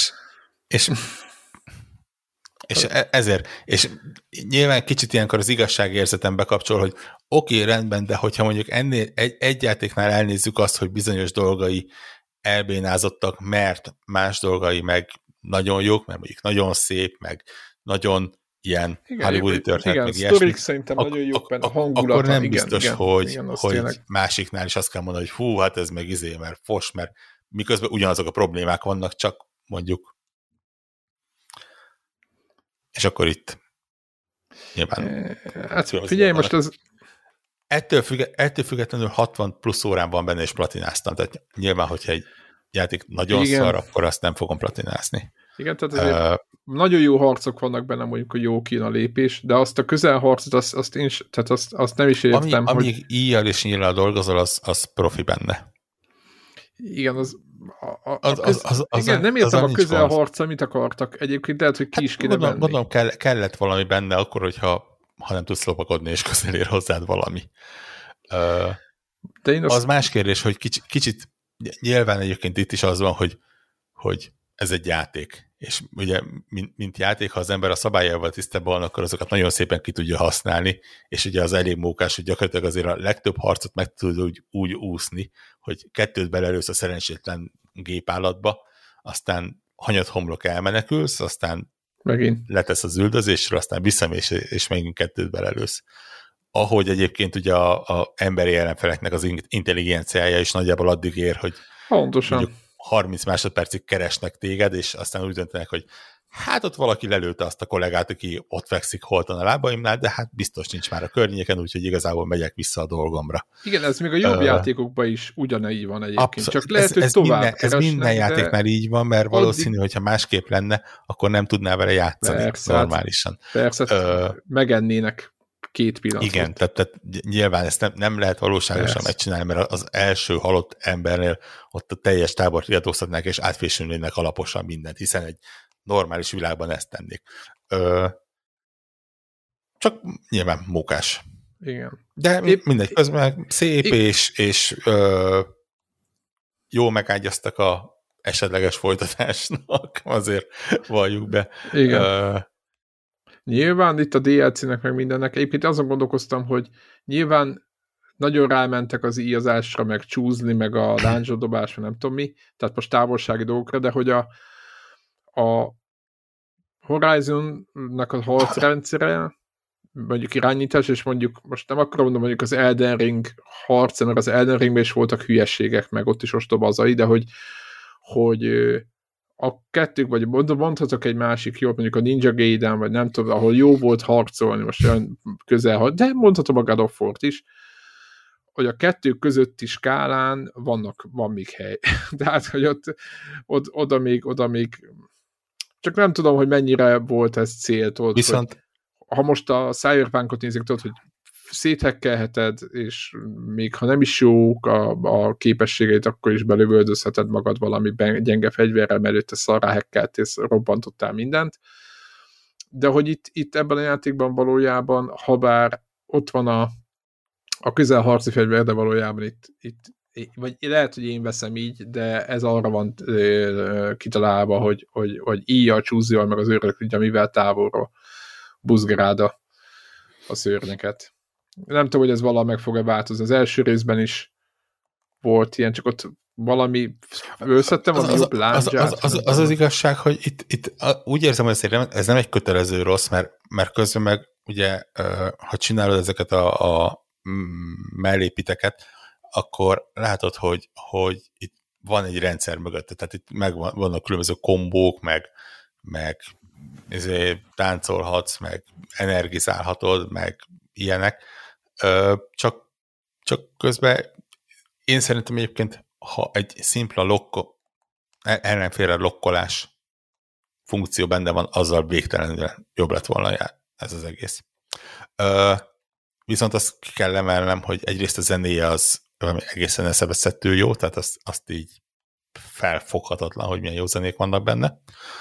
És ezért, és nyilván kicsit ilyenkor az igazságérzetem bekapcsol, hogy oké, rendben, de hogyha mondjuk ennél egy játéknál elnézzük azt, hogy bizonyos dolgai elbénázottak, mert más dolgai meg nagyon jók, mert mondjuk nagyon szép, meg nagyon ilyen hollywoodi történet, meg ilyesmi. Szerintem nagyon jók benne, a hangulata. Akkor nem biztos, hogy másiknál is azt kell mondani, hogy hú, hát ez meg mert fos, mert miközben ugyanazok a problémák vannak, csak mondjuk. És akkor itt nyilván... Hát figyelj, most ez... Ettől függetlenül 60 plusz órán van benne, és platináztam. Tehát nyilván, hogyha egy játék nagyon szar, akkor azt nem fogom platinázni. Igen, tehát nagyon jó harcok vannak benne, mondjuk a jó kín a lépés, de azt a közelharcot, azt nem is értem. Amíg íjjal és nyíllal dolgozol, az profi benne. Igen, igen, nem értem a közelharc, amit akartak. Egyébként lehet, hogy ki is kéne venni. Gondolom, kellett valami benne akkor, hogyha nem tudsz lopakodni, és közel ér hozzád valami. Az más kérdés, hogy kicsit nyilván egyébként itt is az van, hogy ez egy játék. És ugye, mint játék, ha az ember a szabályával tisztában van, akkor azokat nagyon szépen ki tudja használni, és ugye az elég mókás, hogy gyakorlatilag azért a legtöbb harcot meg tud úgy úszni, hogy 2 belelősz a szerencsétlen gépállatba, aztán hanyat homlok elmenekülsz, aztán megint letesz az üldözésről, aztán visszamész, és megint 2 belelősz. Ahogy egyébként ugye a emberi ellenfeleknek az intelligenciája is nagyjából addig ér, hogy pontosan 30 másodpercig keresnek téged, és aztán úgy döntenek, hogy hát ott valaki lelőtte azt a kollégát, aki ott fekszik holtan a lábaimnál, de hát biztos nincs már a környéken, úgyhogy igazából megyek vissza a dolgomra. Igen, ez még a jobb játékokban is ugyanígy van egyébként. Csak lehet, hogy tovább ez minden játéknál így van, mert valószínű, hogyha másképp lenne, akkor nem tudnál vele játszani normálisan. Persze, megennének 2 pillanat. Igen, tehát nyilván ezt nem lehet valóságosan megcsinálni, mert az első halott embernél ott a teljes tábort riadóztatnák, és átfésülnének alaposan mindent, hiszen egy normális világban ezt tennék. Csak nyilván mókás. Igen. De mindegy, közben szép, és jól megágyaztak a esetleges folytatásnak, azért valljuk be. Igen. Nyilván itt a DLC-nek meg mindennek. Egyébként azon gondolkoztam, hogy nyilván nagyon rámentek az íjazásra, meg csúzni, meg a dungeon dobásra, nem tudom mi, tehát most távolsági dolgokra, de hogy a Horizon-nak a harcrendszere, mondjuk irányítás, és mondjuk, most nem akarom mondani, mondjuk az Elden Ring harca, mert az Elden Ringben is voltak hülyeségek, meg ott is ostobazai, de hogy a kettők, vagy mondhatok egy másik jó, mondjuk a Ninja Gaiden, vagy nem tudom, ahol jó volt harcolni, most olyan közel, de mondhatom a God of War-t is, hogy a kettő közötti skálán van még hely. Tehát, hogy oda még csak nem tudom, hogy mennyire volt ez cél, tudod, viszont hogy, ha most a Cyberpunkot nézzük, tudod, hogy széthekkelheted, és még ha nem is jók a képességeit, akkor is belövöldözheted magad valami gyenge fegyverrel, mert előtte szarrá hekkeltél, robbantottál mindent. De hogy itt ebben a játékban valójában, ha bár ott van a közelharci fegyver, de valójában itt vagy lehet, hogy én veszem így, de ez arra van kitalálva, hogy íjjal, csúszjal, meg az őrök, ugye, mivel távolról buzgarád a szörnyeket. Nem tudom, hogy ez valaha meg fog-e változni. Az első részben is volt ilyen, csak ott valami összettem, ami jobb láncsát. Az igazság, hogy itt úgy érzem, hogy ez nem egy kötelező rossz, mert közben meg ugye, ha csinálod ezeket a mellépiteket, akkor látod, hogy itt van egy rendszer mögötte, tehát itt vannak különböző kombók, meg táncolhatsz, meg energizálhatod, meg ilyenek. Csak közben én szerintem egyébként, ha egy szimpla ellenfélre lokkolás funkció benne van, azzal végtelenül jobb lett volna ez az egész. Viszont azt ki kell emelnem, hogy egyrészt a zenéje az egészen eszeveszettő jó, tehát azt így felfoghatatlan, hogy milyen jó zenék vannak benne.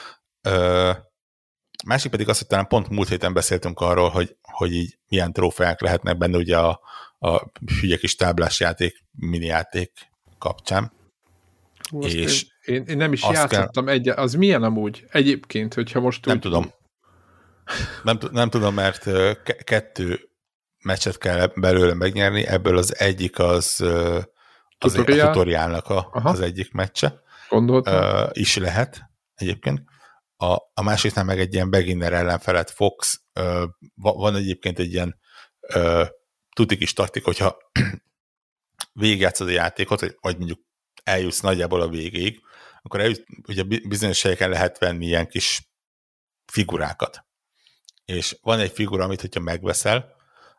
Másik pedig az, hogy talán pont múlt héten beszéltünk arról, hogy így milyen trófeák lehetnek benne ugye a hülye kis táblás játék, mini játék kapcsán. És én nem is játszottam az milyen amúgy egyébként, hogyha most nem tudom. Nem tudom, mert 2 meccset kell belőle megnyerni, ebből az egyik az a tutoriálnak az egyik meccse. Is lehet egyébként. A másiknál meg egy ilyen beginner ellenfelet fogsz. Van egyébként egy ilyen tuti kis taktik, hogyha végigjátszod a játékot, vagy mondjuk eljutsz nagyjából a végéig, akkor ugye bizonyos helyeken lehet venni ilyen kis figurákat. És van egy figura, amit hogyha megveszel,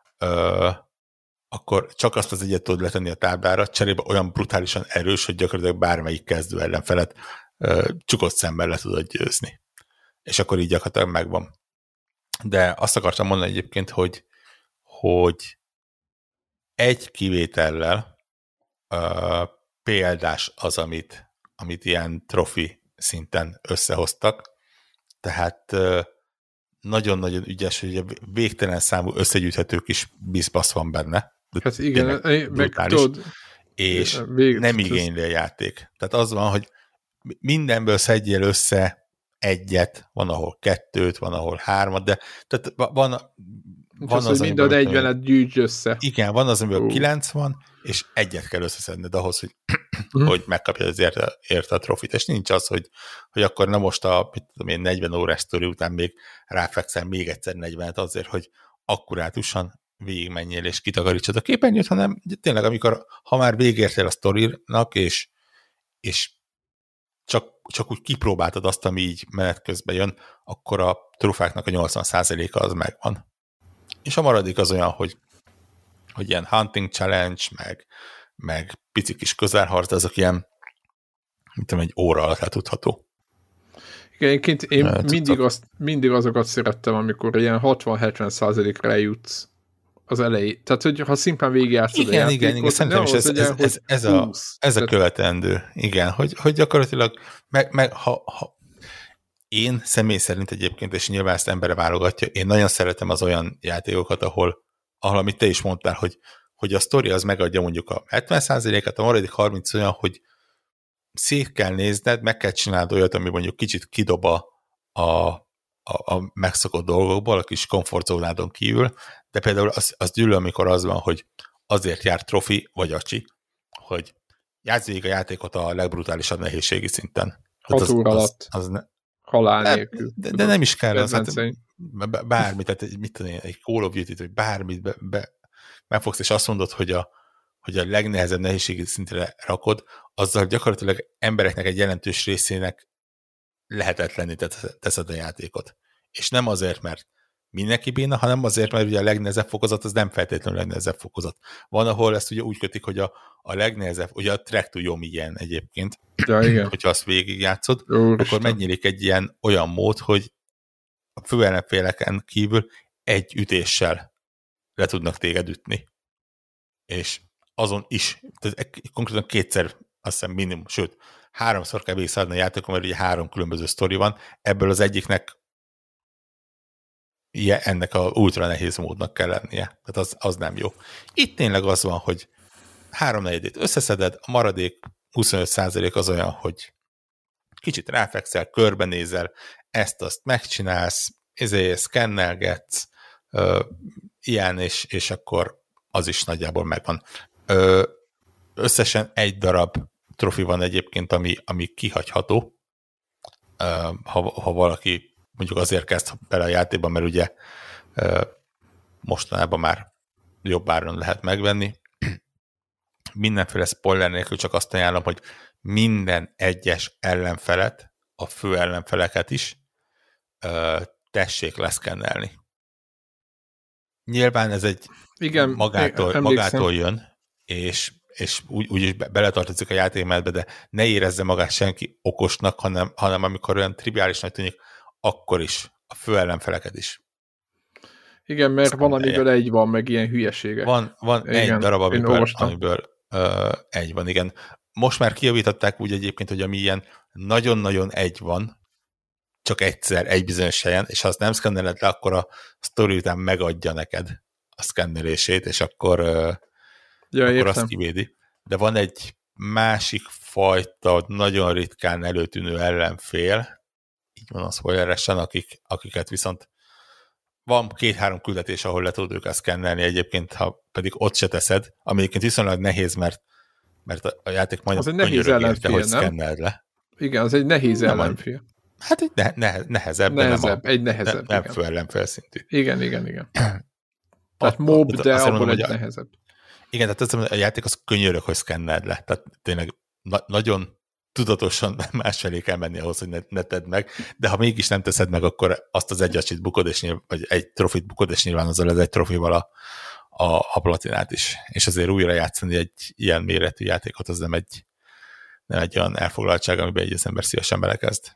akkor csak azt az egyet tudod letenni a táblára, cserébe olyan brutálisan erős, hogy gyakorlatilag bármelyik kezdő ellenfelet csukott szemben le tudod győzni. És akkor így gyakorlatilag megvan. De azt akartam mondani egyébként, hogy egy kivétellel példás az, amit ilyen trofi szinten összehoztak. Tehát nagyon-nagyon ügyes, hogy a végtelen számú összegyűjthető kis bizbasz van benne. Hát igen, meg tudod, és nem igényli a játék. Tehát az van, hogy mindenből szedjél össze egyet, van ahol 2, van ahol 3, de tehát van az, hogy minden 40-et gyűjts össze. Igen, van az, amiből 9 van, és egyet kell összeszedned ahhoz, hogy megkapjad az érte a trofit. És nincs az, hogy akkor na most a 40 órás sztori után még ráfekszel még egyszer 40-et azért, hogy akkurátusan végigmenjél és kitakarítsad a képernyőt, hanem tényleg, ha már végértél a sztorinak, és csak úgy kipróbáltad azt, ami így menet közben jön, akkor a trófáknak a 80%-a az megvan. És a maradék az olyan, hogy ilyen hunting challenge, meg pici kis közelharc, de azok ilyen, mint egy óra alatt letudható. Igen, én mindig azokat szerettem, amikor ilyen 60-70%-ra eljutsz az elején. Tehát, hogy ha szimplán végigjátszod a játékot, igen, szerintem is ez a követendő. Igen, hogy gyakorlatilag ha én személy szerint egyébként, és nyilván ezt emberre válogatja, én nagyon szeretem az olyan játékokat, ahol amit te is mondtál, hogy a sztori az megadja mondjuk a 70%-át, a maradék 30 olyan, hogy szét kell nézned, meg kell csinálnod olyat, ami mondjuk kicsit kidob a megszokott dolgokból, a kis komfortzónádon kívül, de például az gyűlöl, amikor az van, hogy azért jár trofi, vagy acsi, hogy játsz végig a játékot a legbrutálisabb nehézségi szinten. 6 óra alatt. Halál nélkül. De nem is kell az, hát bármit, tehát mit tudom én, egy Call of Duty-t, vagy bármit megfogsz, és azt mondod, hogy a legnehezebb nehézségi szintre rakod, azzal gyakorlatilag embereknek egy jelentős részének lehetetlenné teszed a játékot. És nem azért, mert mindenki bína, hanem azért, mert ugye a legnehezebb fokozat az nem feltétlenül a legnehezebb fokozat. Van, ahol ezt ugye úgy kötik, hogy a legnehezebb, ugye a Trek to Yomi ilyen egyébként, ja, igen. hogyha azt végigjátszod, akkor megnyílik egy ilyen olyan mód, hogy a főellenféleken kívül egy ütéssel le tudnak téged ütni. És azon is, tehát konkrétan 2-szer, azt hiszem minimum, sőt, 3-szor kell végigszállni a játékon, mert ugye 3 különböző sztori van, ebből az egyiknek ennek a ultra nehéz módnak kell lennie. Tehát az nem jó. Itt tényleg az van, hogy 3/4-ét összeszeded, a maradék 25% az olyan, hogy kicsit ráfekszel, körbenézel, ezt-azt megcsinálsz, szkennelgetsz, ilyen, és akkor az is nagyjából megvan. Összesen 1 darab trofi van egyébként, ami kihagyható, ha valaki mondjuk azért kezd bele a játékban, mert ugye mostanában már jobb áron lehet megvenni. Mindenféle spoiler nélkül csak azt ajánlom, hogy minden egyes ellenfelet, a fő ellenfeleket is tessék leszkennelni. Nyilván ez egy magától jön, és úgy is beletartozik a játékmenetbe, de ne érezze magát senki okosnak, hanem amikor olyan triviálisnak tűnik, akkor is, a fő ellenfeleket is. Igen, mert van, amiből egy van, meg ilyen hülyeségek. Van egy darab, amiből egy van, igen. Most már kijavították úgy egyébként, hogy ami ilyen nagyon-nagyon egy van, csak egyszer, egy bizonyos helyen, és ha azt nem szkenneled le, akkor a sztori után megadja neked a szkennelését, és akkor azt kivédi. De van egy másik fajta, nagyon ritkán előtűnő ellenfél, így van az spoileresen, akiket viszont van 2-3 küldetés, ahol le tudod őket szkennelni egyébként, ha pedig ott se teszed, ami egyébként viszonylag nehéz, mert a játék majdnem könyörög érte, hogy szkenneld le. Igen, az egy nehéz ellenfél. Hát egy nehezebb, nem fő ellenfél szintű. Igen. Tehát mob, de abból egy nehezebb. Igen, tehát a játék az könyörög, hogy szkenneld le. Tehát tényleg nagyon tudatosan másfelé kell menni ahhoz, hogy ne tedd meg, de ha mégis nem teszed meg, akkor azt az egy acsit bukod, vagy egy trofit bukod, és nyilván azzal az egy trofival a platinát is. És azért újra játszani egy ilyen méretű játékot, az nem egy olyan elfoglaltság, amiben egy az ember szívesen belekezd.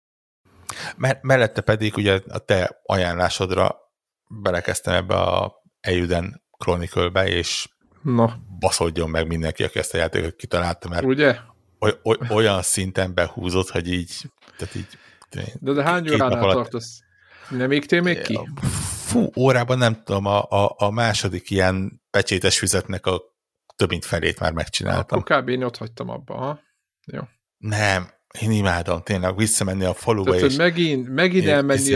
Mellette pedig ugye a te ajánlásodra belekezdtem ebbe a Eiyuden Chronicle-be, és baszodjon meg mindenki, aki ezt a játékot kitalálta, mert ugye? Olyan szinten behúzott, hogy így... De hány óránál tartasz? Nem égtél még ki? Órában nem tudom, a második ilyen pecsétes füzetnek a több mint felét már megcsináltam. Akkor kb. Én ott hagytam abba, ha? Jó. Nem, én imádom tényleg visszamenni a faluba. Tehát, és megint elmenni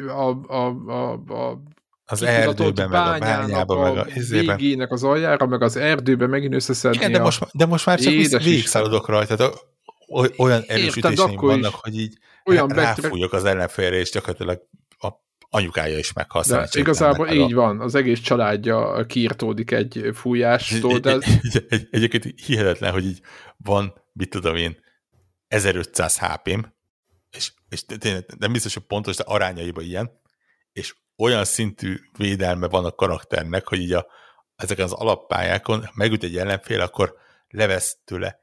az erdőben, meg a bányába, meg a végének az aljára, meg az erdőben megint összeszedni. Igen, de most már csak végigszaladok rajta. Tehát olyan erős ütéseim vannak, hogy így ráfújok az ellenfélre, és gyakorlatilag a anyukája is meghal. Igazából így van, az egész családja kiirtódik egy fújástól. De... Egyébként hihetetlen, hogy így van, mit tudom én, 1500 HP-m, és tényleg nem biztos, hogy pontos, de arányaiban ilyen, és olyan szintű védelme van a karakternek, hogy így ezeken az alappályákon megüt egy ellenfél, akkor levesz tőle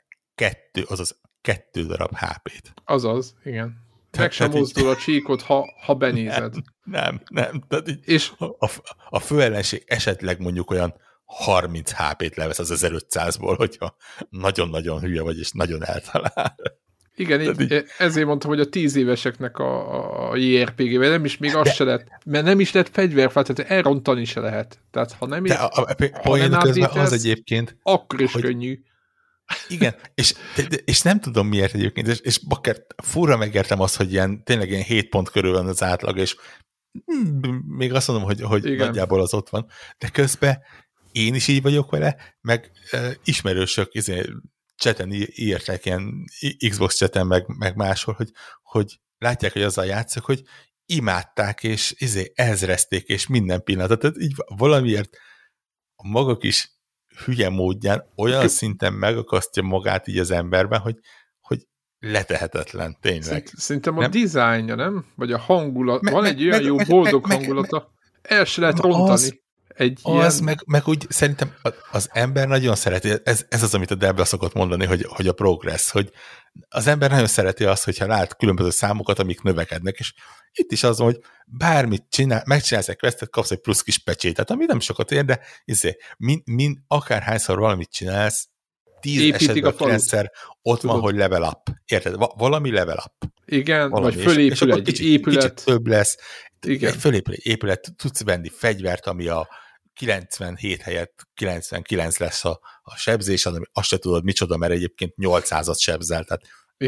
2 darab HP-t. Azaz, igen. Meg sem mozdul a csíkot, ha benézed. Nem. Tehát így és a főellenség esetleg mondjuk olyan 30 HP-t levesz az 1500-ból, hogyha nagyon-nagyon hülye vagy, és nagyon eltalál. Igen, ezért mondtam, hogy a 10 éveseknek a JRPG-vel nem is még az se lett, mert nem is lett fegyverfál, tehát elrontani se lehet. Tehát ha nem az egyébként, akkor is könnyű. Igen, és nem tudom miért egyébként, és bakker, furra megértem azt, hogy tényleg ilyen 7 pont körül van az átlag, és még azt mondom, hogy nagyjából az ott van, de közben én is így vagyok vele, meg ismerősök chaten írták, ilyen Xbox chaten, meg máshol, hogy látják, hogy azzal játszok, hogy imádták, és ezrezték, és minden pillanatot, tehát így valamiért a maga kis hülye módján olyan szinten megakasztja magát így az emberben, hogy letehetetlen, tényleg. Szerintem a dizájnja, nem? Vagy a hangulat, van egy olyan jó boldog hangulata, el se lehet rontani. Meg úgy szerintem az ember nagyon szereti, ez az, amit a Debra szokott mondani, hogy a progress, hogy az ember nagyon szereti azt, hogyha lát különböző számokat, amik növekednek, és itt is az van, hogy bármit megcsinálsz egy questet, kapsz egy plusz kis pecsétet, ami nem sokat ér, de akárhányszor valamit csinálsz, 10 esetben 9-szer ott van, hogy level up. Érted? Valami level up. Igen, valami. Vagy fölépül egy épület. Kicsit több lesz. Igen. Fölépül egy épület, tudsz venni fegyvert, ami a 97 helyett 99 lesz a sebzés, azt se tudod micsoda, mert egyébként 800-at sebzel, tehát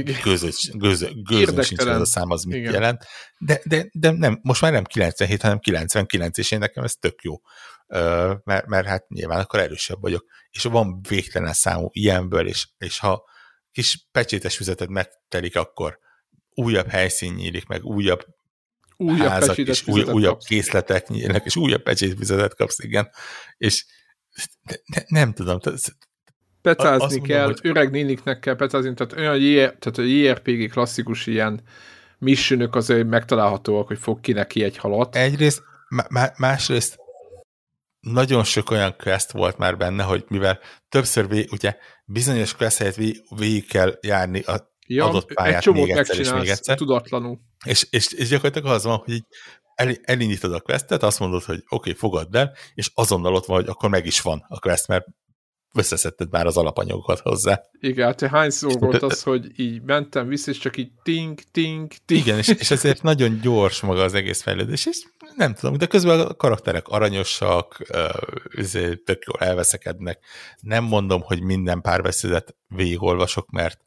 gőzön sincs, ez a szám az mit jelent. De nem, most már nem 97, hanem 99, és én nekem ez tök jó. Mert hát nyilván akkor erősebb vagyok. És van végtelen számú ilyenből, és ha kis pecsétes füzeted megtelik, akkor újabb helyszín nyílik, meg újabb házak, és újabb készletek nyílnak, és újabb pecsétfüzetet kapsz, igen. És nem tudom, Pecázni kell, mondom, hogy... öreg néniknek kell pecázni, tehát olyan tehát a JRPG klasszikus ilyen missionök azért megtalálhatóak, hogy fog ki neki egy halat. Egyrészt, másrészt nagyon sok olyan quest volt már benne, hogy mivel többször ugye bizonyos quest helyett végig kell járni a adott pályát még egyszer és még egyszer. Tudatlanul. És gyakorlatilag az van, hogy így elindítod a questet, azt mondod, hogy oké, fogadd el, és azonnal ott van, hogy akkor meg is van a quest, mert összeszedted már az alapanyagokat hozzá. Igen, hát hányszor volt az, hogy így mentem vissza, és csak így ting. Igen, és ezért nagyon gyors maga az egész fejlődés, és nem tudom, de közben a karakterek aranyosak, tök jól elveszekednek. Nem mondom, hogy minden párbeszédet végigolvasok, mert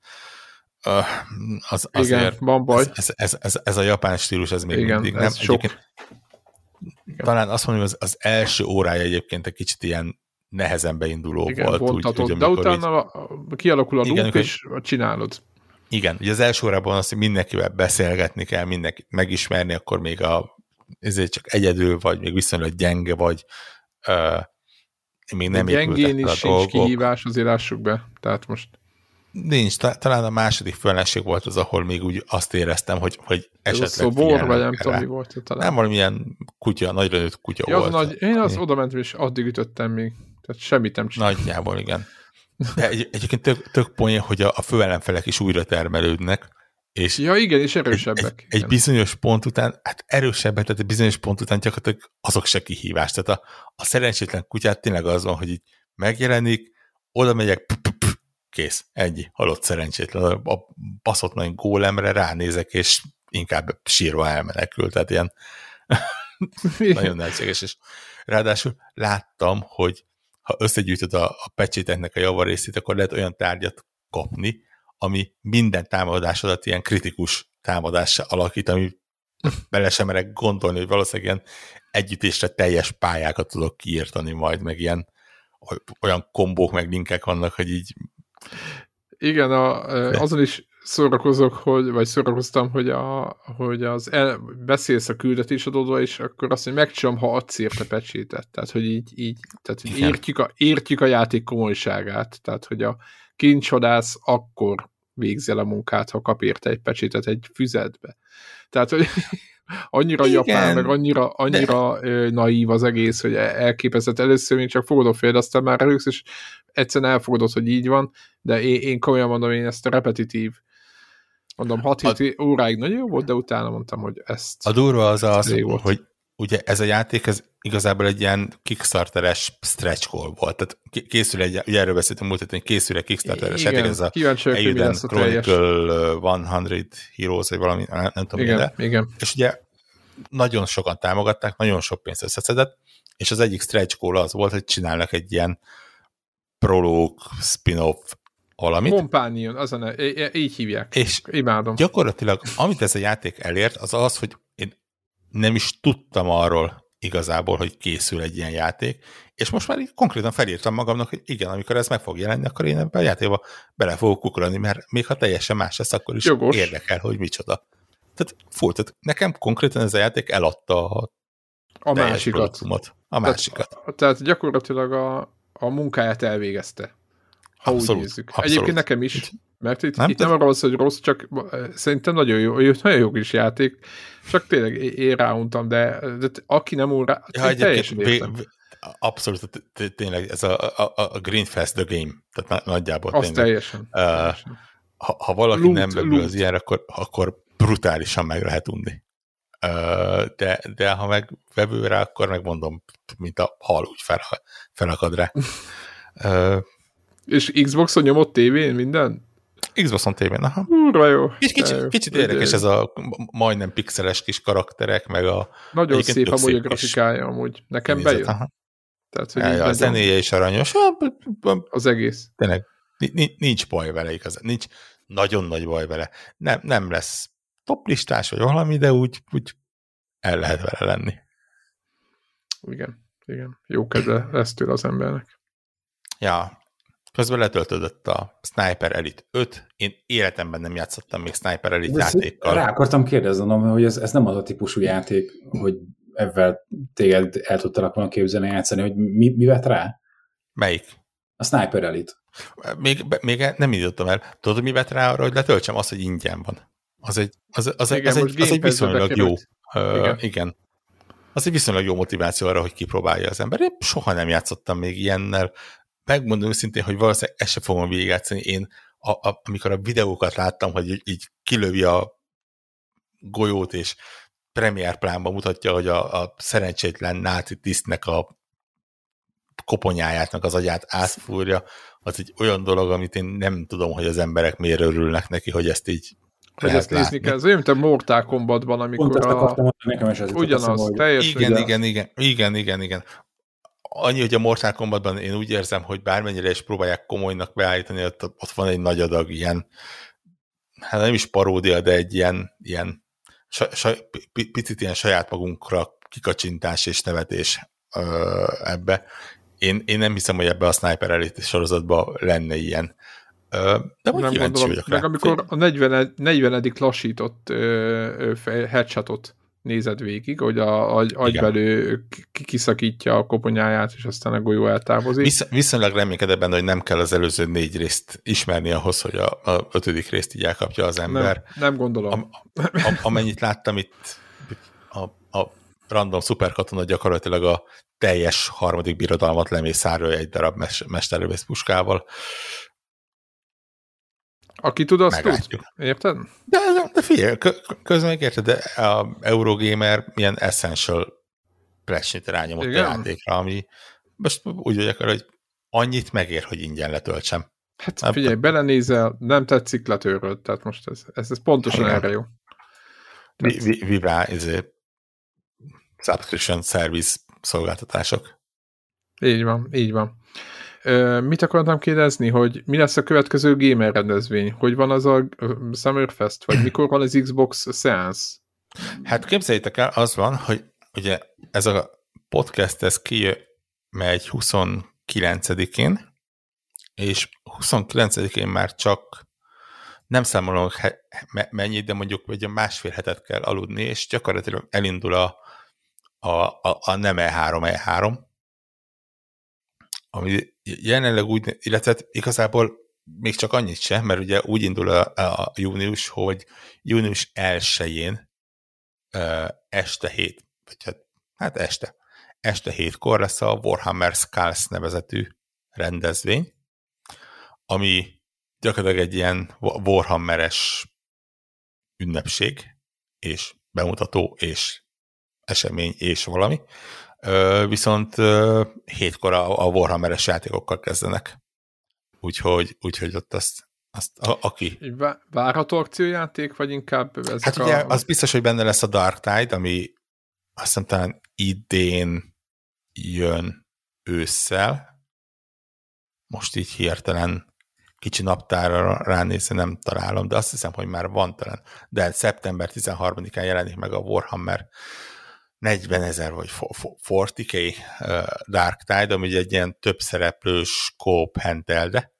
azért igen, van baj. Ez a japán stílus, ez még igen, mindig nem. Sok. Talán azt mondom, hogy az első órája egyébként egy kicsit ilyen nehezen beinduló igen, volt. Úgy, de utána kialakul a loop, és csinálod. Igen, ugye az első órában azt, hogy mindenkivel beszélgetni kell, mindenkit megismerni, akkor még ezért csak egyedül vagy, még viszonylag gyenge vagy, még nem gyengén is sincs kihívás, azért lássuk be. Tehát most nincs, talán a második fellenség volt az, ahol még úgy azt éreztem, hogy esetleg szobor, vagy nem tudom, mi volt talán. Nem valamilyen kutya, nagyra nőtt kutya volt. Én azt oda mentem, és addig ütöttem még. Tehát semmit nem csináltam. Nagyjából, igen. De egyébként tök poén, hogy a főellenfelek is újra termelődnek. És ja, igen, és erősebbek. Egy bizonyos pont után, hát erősebbek, tehát egy bizonyos pont után gyakorlatilag azok se kihívás. Tehát a szerencsétlen kutyát tényleg az van, hogy így megjelenik, oda megyek, kész, ennyi, halott szerencsétlen. A baszott nagy gólemre ránézek, és inkább sírva elmenekül. Tehát ilyen nagyon nehézséges. És ráadásul láttam, hogy ha összegyűjtöd a pecséteknek a javarészét, akkor lehet olyan tárgyat kapni, ami minden támadásodat ilyen kritikus támadássá alakít, ami bele sem merek gondolni, hogy valószínűleg ilyen együttésre teljes pályákat tudok kiírtani majd, meg ilyen olyan kombók, meg linkek vannak, hogy így... Igen, azon is szórakoztam, hogy beszélsz a küldetésadódva, és akkor azt mondja, megcsinálom, ha adsz érte pecsétet. Tehát, hogy így tehát, hogy értjük a játék komolyságát. Tehát, hogy a kincshadász akkor végzi el a munkát, ha kap érte egy pecsétet egy füzetbe. Tehát, hogy annyira igen, japán, meg annyira naív az egész, hogy elképesztett. Először még csak fogadod fél, aztán már elősz, és egyszerűen elfogadod, hogy így van, de én komolyan mondom, én ezt a repetitív, mondom, 6-7 óráig nagyon jó volt, de utána mondtam, hogy ezt... A durva az, hogy ugye ez a játék, ez igazából egy ilyen Kickstarteres stretch goal volt. Tehát készül ugye erről beszéltem múlt héten, készül egy Kickstarteres játék, ez a Eiyuden Chronicle 100 Heroes, vagy valami, nem tudom igen, igen. És ugye nagyon sokan támogatták, nagyon sok pénzt összeszedett, és az egyik stretch goal az volt, hogy csinálnak egy ilyen prológ, spin-off valamit. Companion, így hívják. És imádom. Gyakorlatilag, amit ez a játék elért, az, hogy én nem is tudtam arról igazából, hogy készül egy ilyen játék, és most már így konkrétan felírtam magamnak, hogy igen, amikor ez meg fog jelenni, akkor én ebben a játékba bele fogok kukrani, mert még ha teljesen más lesz, akkor is jogos. Érdekel, hogy micsoda. Tehát nekem konkrétan ez a játék eladta a másikat. A másikat. Tehát gyakorlatilag a munkáját elvégezte. Ha abszolút, úgy nézzük. Abszolút. Egyébként nekem is, mert itt nem arról az, hogy rossz, csak szerintem nagyon jó kis játék, csak tényleg én ráuntam, de aki nem úr rá, teljesen értem. Abszolút, tényleg ez a Greenfest the game, tehát nagyjából az tényleg. Teljesen. Ha valaki nem bevül az ilyen, akkor brutálisan meg lehet unni. De ha meg vevő rá, akkor megmondom, mint a hal, úgy felakad rá. És Xboxon nyomott tévén minden? Xboxon tévén, aha. Úrva jó. Kicsit érdekes ez a majdnem pixeles kis karakterek, meg a... Nagyon szép amúgy a grafikája, amúgy. Nekem bejön. Tehát, hogy a zenéje is aranyos. Az egész. Tényleg, nincs baj vele igazán. Nincs nagyon nagy baj vele. Nem lesz toplistás, vagy valami, de úgy el lehet vele lenni. Igen. Jó kedve lesz tőle az embernek. Ja, közben letöltődött a Sniper Elite 5. Én életemben nem játszottam még Sniper Elite játékkal. Rá akartam kérdezni, hogy ez nem az a típusú játék, hogy ebben téged el tudtalak volna képzelni játszani, hogy mi vett rá? Melyik? A Sniper Elite. Még nem indítottam el. Tudod, mi vett rá arra, hogy letöltsem? Az, hogy ingyen van. Az egy viszonylag jó. Igen. Az egy viszonylag jó motiváció arra, hogy kipróbálja az ember. Én soha nem játszottam még ilyennel. Megmondom őszintén, hogy valószínűleg ezt sem fogom végigjátszani. Én, amikor a videókat láttam, hogy így kilövi a golyót, és Premiere plánban mutatja, hogy a szerencsétlen náci tisztnek a koponyájátnak az agyát átfúrja, az egy olyan dolog, amit én nem tudom, hogy az emberek miért örülnek neki, hogy ezt így hogy ezt nézni kell. Ez olyan, mint a Mortal Kombatban, amikor ugyanaz, teljesen. Igen. Annyi, hogy a Mortal Kombatban én úgy érzem, hogy bármennyire is próbálják komolynak beállítani, ott van egy nagy adag ilyen, hát nem is paródia, de egy ilyen picit ilyen saját magunkra kikacsintás és nevetés ebbe. Én nem hiszem, hogy ebbe a Sniper Elite sorozatban lenne ilyen. De nem gondolom, meg amikor a 40. lassított headshotot nézed végig, hogy agybelő kiszakítja a koponyáját, és aztán a golyó eltávozik. Viszonylag reménykedek benne, hogy nem kell az előző 4 részt ismerni ahhoz, hogy a 5. részt így elkapja az ember. Nem gondolom. Amennyit láttam itt, a random szuperkatona gyakorlatilag a teljes 3. birodalmat lemészárolja egy darab mesterlövész puskával. Aki tud, azt tud. Érted? De figyelj, közben megérted, de a Eurogamer milyen essential plesnyit rányomott a játékra, ami most úgy vagyok arra, hogy annyit megér, hogy ingyen letöltsem. Hát figyelj, belenézel, nem tetszik, letöröd. Tehát most ez pontosan erre jó. Vivá, subscription service szolgáltatások. Így van. Mit akartam kérdezni, hogy mi lesz a következő gamer rendezvény? Hogy van az a Summerfest, vagy mikor van az Xbox Seance? Hát képzeljétek el, az van, hogy ugye ez a podcast, ez kimegy 29-én, és 29-én már csak nem számolom mennyit, de mondjuk vagy másfél hetet kell aludni, és gyakorlatilag elindul a nem E3, ami jelenleg úgy, illetve igazából még csak annyit sem, mert ugye úgy indul a június, hogy június 1-én este 7, vagy hát este 7-kor lesz a Warhammer Skulls nevezetű rendezvény, ami gyakorlatilag egy ilyen Warhammeres ünnepség, és bemutató, és esemény, és valami. Viszont 7-kor a Warhammeres játékokkal kezdenek. Úgyhogy ott azt aki... Várható akciójáték, vagy inkább ezek hát ugye az biztos, hogy benne lesz a Dark Tide, ami azt hiszem talán idén jön ősszel. Most így hirtelen kicsi naptárra ránézni nem találom, de azt hiszem, hogy már van talán. De szeptember 13-án jelenik meg a Warhammer 40 000 vagy 40K Dark Tide, ami egy ilyen több szereplős co-op handheld.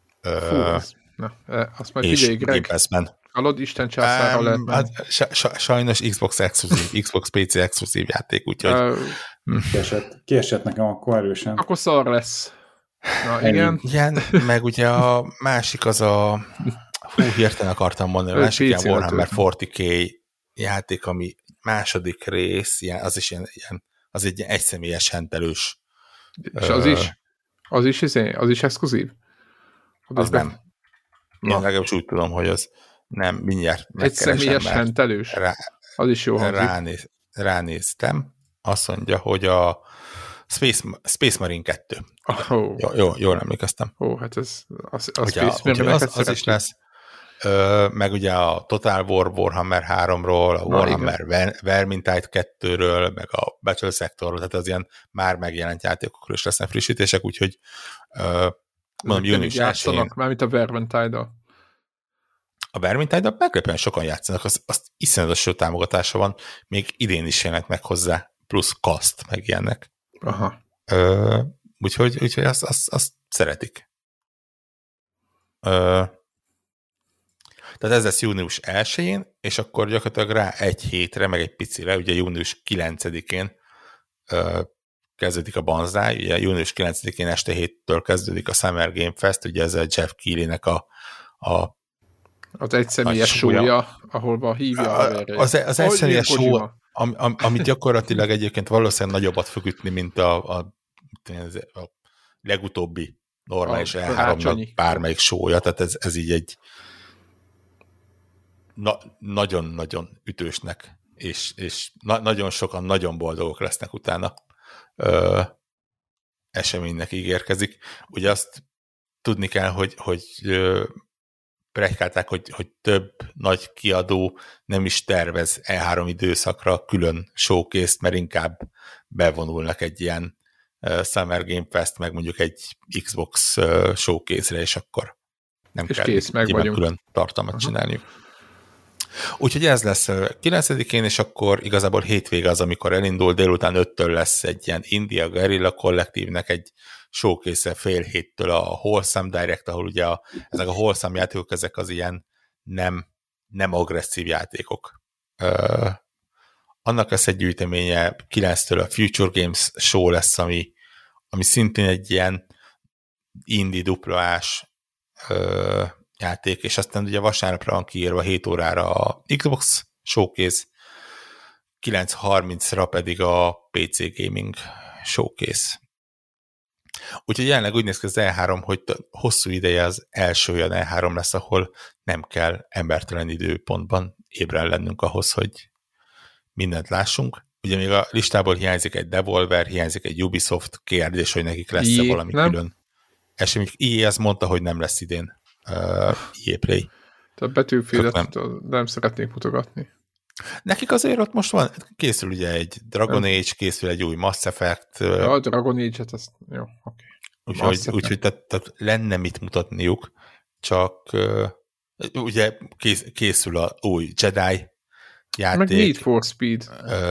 Azt majd figyelj, Greg. Hallod, Isten császára lehet. Hát, sajnos Xbox exkluzív, Xbox PC exkluzív játék, úgyhogy... Kiesett nekem akkor erősen. Akkor szar lesz. Na, igen. Meg ugye a másik az a... hirtelen akartam mondani, a másik ilyen Warhammer 40K játék, ami második rész, az is ilyen, az egy egyszemélyes hentelős. És az is exkluzív? Az nem. Én legalábbis úgy tudom, hogy az nem, mindjárt egyszemélyes hentelős? Az is jó hangzik. Ránéztem, azt mondja, hogy a Space Marine 2. Jól emlékeztem. Hát ez a Space Marine az is lesz. Meg ugye a Total War Warhammer 3-ról, a Warhammer Vermintide 2-ről, meg a Battle Sectorról, tehát az ilyen már megjelent játékokról is lesznek frissítések, úgyhogy mondom, június 1-én. Mármint a Vermintide-a. A Vermintide-a meglepően sokan játszanak, azt iszonyatos jó támogatása van, még idén is jelent meg hozzá, plusz cast meg ilyennek. Aha. Úgyhogy azt szeretik. Tehát ez lesz június 1-én, és akkor gyakorlatilag rá egy hétre, meg egy picire, ugye június 9-én kezdődik a Banzai, ugye június 9-én este 7-től kezdődik a Summer Game Fest, ugye ez a Jeff Keighley-nek az egyszemélyes show-ja, ahol hívja az egyszemélyes show, amit gyakorlatilag egyébként valószínűleg nagyobbat fog ütni, mint a legutóbbi normális E3-nak bármelyik show-ja, tehát ez így egy nagyon-nagyon ütősnek, és nagyon sokan nagyon boldogok lesznek utána eseménynek ígérkezik. Ugye azt tudni kell, hogy pletykálták, hogy több nagy kiadó nem is tervez E3 időszakra külön showcase-t, mert inkább bevonulnak egy ilyen Summer Game Fest, meg mondjuk egy Xbox showcase-re, és akkor nem és kell kész, külön tartalmat csinálniuk. Úgyhogy ez lesz 9-én, és akkor igazából hétvége az, amikor elindul, délután 5-től lesz egy ilyen India Guerrilla Collective-nek egy showcase fél héttől a Wholesome Direct, ahol ugye ezek a Wholesome játékok, ezek az ilyen nem agresszív játékok. Annak lesz egy gyűjteménye, 9-től a Future Games Show lesz, ami szintén egy ilyen indie duplás játék, és aztán ugye vasárnapra van kiírva 7 órára a Xbox Showcase, 9:30-ra pedig a PC Gaming Showcase. Úgyhogy jelenleg úgy néz ki az E3, hogy hosszú ideje az első olyan E3 lesz, ahol nem kell embertelen időpontban ébren lennünk ahhoz, hogy mindent lássunk. Ugye még a listából hiányzik egy Devolver, hiányzik egy Ubisoft, kérdés, hogy nekik lesz-e valami külön esemény. EA azt mondta, hogy nem lesz idén EA Play. Tehát Battlefieldet nem szeretnék mutogatni. Nekik azért ott most van, készül ugye egy Dragon Age, készül egy új Mass Effect. A Dragon Age-et, azt jó, oké. Úgyhogy tehát lenne mit mutatniuk, csak ugye készül a új Jedi játék. Meg Need for Speed.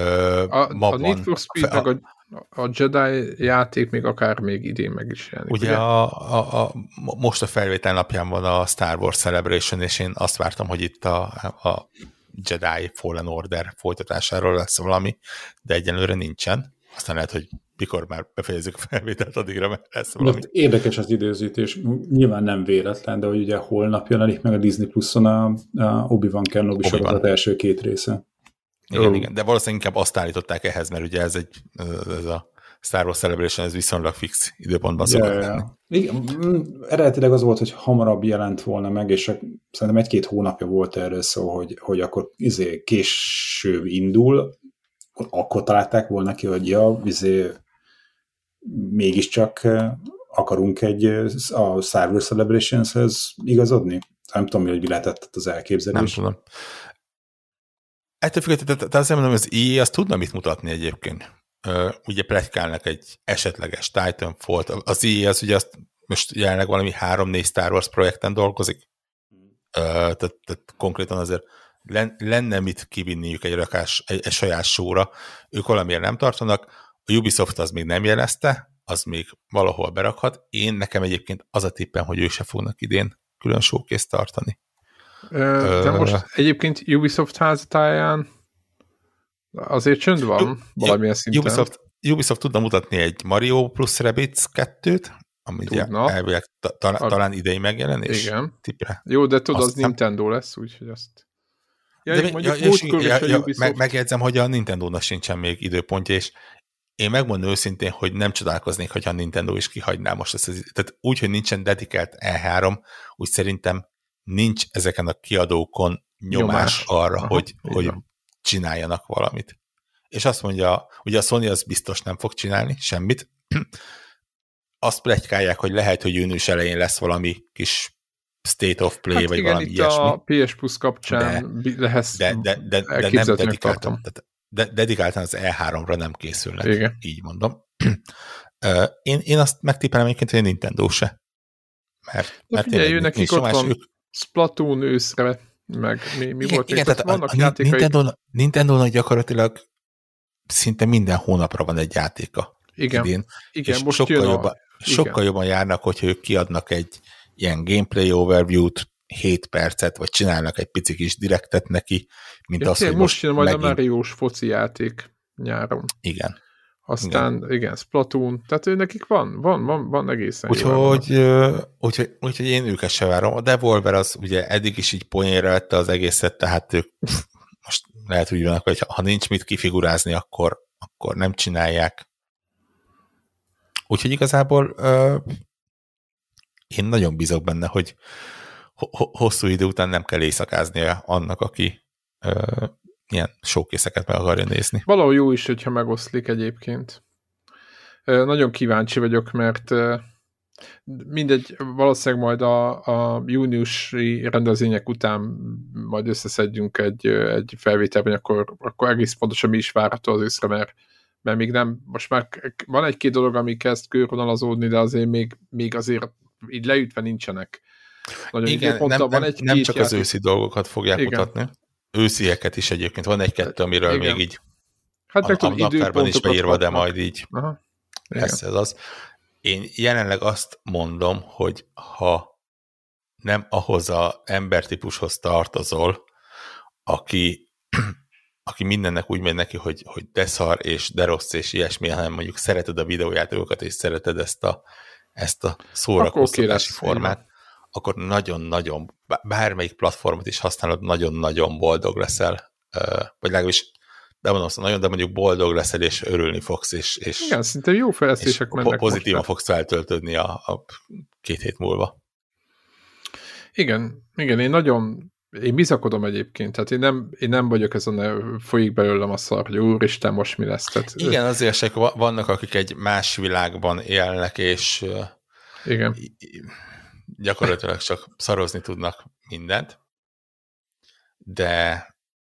A Need for Speed, meg a Jedi játék még idén meg is jelenik. Ugye most a felvétel napján van a Star Wars Celebration, és én azt vártam, hogy itt a Jedi Fallen Order folytatásáról lesz valami, de egyenlőre nincsen. Aztán lehet, hogy mikor már befejezzük a felvételt, addigra lesz valami. Érdekes az időzítés, nyilván nem véletlen, de hogy ugye holnap jelenik meg a Disney Pluson a Obi-Wan Kenobi sorozat első 2 része. Igen, de valószínűleg inkább azt állították ehhez, mert ugye ez a Star Wars Celebration, ez viszonylag fix időpontban szokott lenni. Igen, eredetileg az volt, hogy hamarabb jelent volna meg, és szerintem 1-2 hónapja volt erről szó, hogy akkor később indul, akkor találták volna ki, hogy mégiscsak akarunk a Star Wars Celebrationshez igazodni. Nem tudom, hogy mi lehetett az elképzelés. Nem tudom. Ettől függetlenül, te azt mondom, hogy az EA azt tudna mit mutatni egyébként. Ugye pletykálnak egy esetleges Titanfall-t. Az EA az ugye azt most jelenleg valami 3-4 Star Wars projekten dolgozik. Tehát konkrétan azért lenne mit kivinniük egy saját showra. Ők valamiért nem tartanak. A Ubisoft az még nem jelezte, az még valahol berakhat. Nekem egyébként az a tippem, hogy ők se fognak idén külön showcase-t tartani. De most egyébként Ubisoft házatáján azért csönd van valamilyen szinten. Ubisoft tudna mutatni egy Mario plus Rabbids 2-t, amit elvileg talán idei megjelenés. Igen. Tippre. Jó, de tudod, az Nintendo lesz, úgyhogy azt... Megjegyzem, hogy a Nintendo-nak sincsen még időpontja, és én megmondom őszintén, hogy nem csodálkoznék, hogyha a Nintendo is kihagyná most ezt. Tehát úgy, hogy nincsen dedikált E3, úgy szerintem nincs ezeken a kiadókon nyomás arra, hogy csináljanak valamit. És azt mondja, ugye a Sony az biztos nem fog csinálni semmit. Azt pletykálják, hogy lehet, hogy június elején lesz valami kis State of Play, vagy igen, valami ilyesmi. a PS Plus kapcsán lehet de nem dedikáltan. Dedikáltan az E3-ra nem készülnek. Igen. Így mondom. Én azt megtippelem egyébként, hogy a Nintendo se. Mert figyelj, nekik ott van Splatoon őszre, meg mi volt még? Tehát vannak játékai. Nintendo-nak gyakorlatilag szinte minden hónapra van egy játéka. Igen, és most sokkal jobban járnak, hogyha ők kiadnak egy ilyen gameplay overview-t, 7 percet, vagy csinálnak egy pici kis direktet neki, mint az, hogy most jön majd a Mario-s foci játék nyáron. Igen. Aztán igen, Splatoon, tehát nekik van egészen úgyhogy én őket se várom. A Devolver az ugye eddig is így poénra vette az egészet, tehát ők most lehet úgy vannak, hogy ha nincs mit kifigurázni, akkor nem csinálják. Úgyhogy igazából én nagyon bízok benne, hogy hosszú idő után nem kell éjszakáznia annak, aki ilyen showkészeket meg akarja nézni. Valahol jó is, hogyha megoszlik egyébként. Nagyon kíváncsi vagyok, mert mindegy, valószínűleg majd a júniusi rendezvények után majd összeszedjünk egy felvételben, akkor egész pontosan mi is várható az őszre, mert még nem, most már van egy-két dolog, ami kezd körvonalazódni, de azért még azért így leütve nincsenek. Nagyon igen, nem csak az őszi dolgokat fogják mutatni. Őszieket is egyébként. Van egy-kettő, amiről igen. Még így a naptárban is beírva, de majd így lesz ez az. Én jelenleg azt mondom, hogy ha nem ahhoz az embertípushoz tartozol, aki mindennek úgy megy neki, hogy de szar és de rossz és ilyesmi, hanem mondjuk szereted a videójátékokat és szereted ezt a szórakoztatási formát, akkor nagyon-nagyon, bármelyik platformot is használod, nagyon-nagyon boldog leszel. Vagy legalábbis bemondom, nagyon, de mondjuk boldog leszel, és örülni fogsz, és igen, szinte jó fejlesztések mennek. Pozitívan fogsz feltöltődni a 2 hét múlva. Igen, én bizakodom egyébként, tehát én nem vagyok ezen, folyik belőlem a szar, hogy úristen, most mi lesz. Tehát, igen, azért vannak, akik egy más világban élnek, és igen. Gyakorlatilag csak szarozni tudnak mindent, de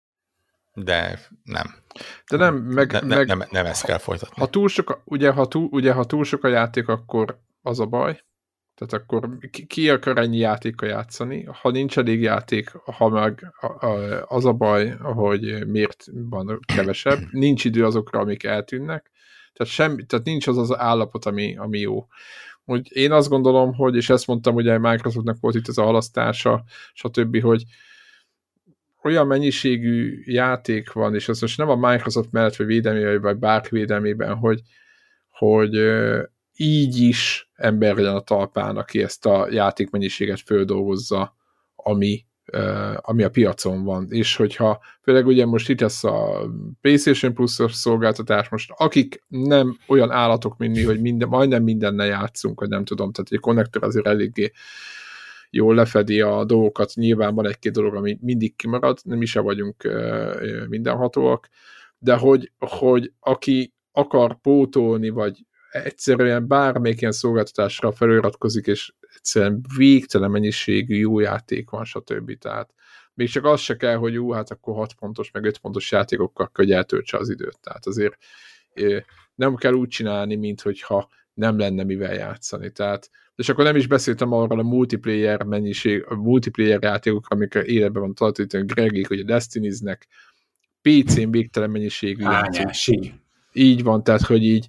nem. De nem, nem ezt kell folytatni. Ha túl sok a játék, akkor az a baj. Tehát akkor ki akar ennyi játékkal játszani? Ha nincs elég játék, ha meg az a baj, hogy miért van kevesebb. Nincs idő azokra, amik eltűnnek. Tehát nincs az állapot, ami jó. Úgy én azt gondolom, hogy, és ezt mondtam, ugye Microsoftnak volt itt ez a halasztása, stb., hogy olyan mennyiségű játék van, és ez most nem a Microsoft mellett, vagy védelmében, vagy bárki védelmében, hogy így is ember legyen a talpán, aki ezt a játékmennyiséget földolgozza, ami a piacon van. És hogyha főleg ugye most itt lesz a PlayStation Plus-os szolgáltatás, most akik nem olyan állatok, mint mi, hogy majdnem mindennel játszunk, vagy nem tudom, tehát egy konnektor azért eléggé jól lefedi a dolgokat, nyilván van egy-két dolog, ami mindig kimarad, nem is vagyunk mindenhatóak, de hogy aki akar pótolni, vagy egyszerűen bármelyik ilyen szolgáltatásra feliratkozik, és egyszerűen végtelen mennyiségű jó játék van, stb. Tehát még csak az se kell, hogy hát akkor 6 pontos, meg 5 pontos játékokkal kell, hogy eltöltse az időt. Tehát azért nem kell úgy csinálni, mint hogyha nem lenne mivel játszani. Tehát, és akkor nem is beszéltem arról a multiplayer játékokra, amikkel életben van tartani, Gregék, hogy a Destiny-znek PC-n végtelen mennyiségű játék. Így van, tehát, hogy így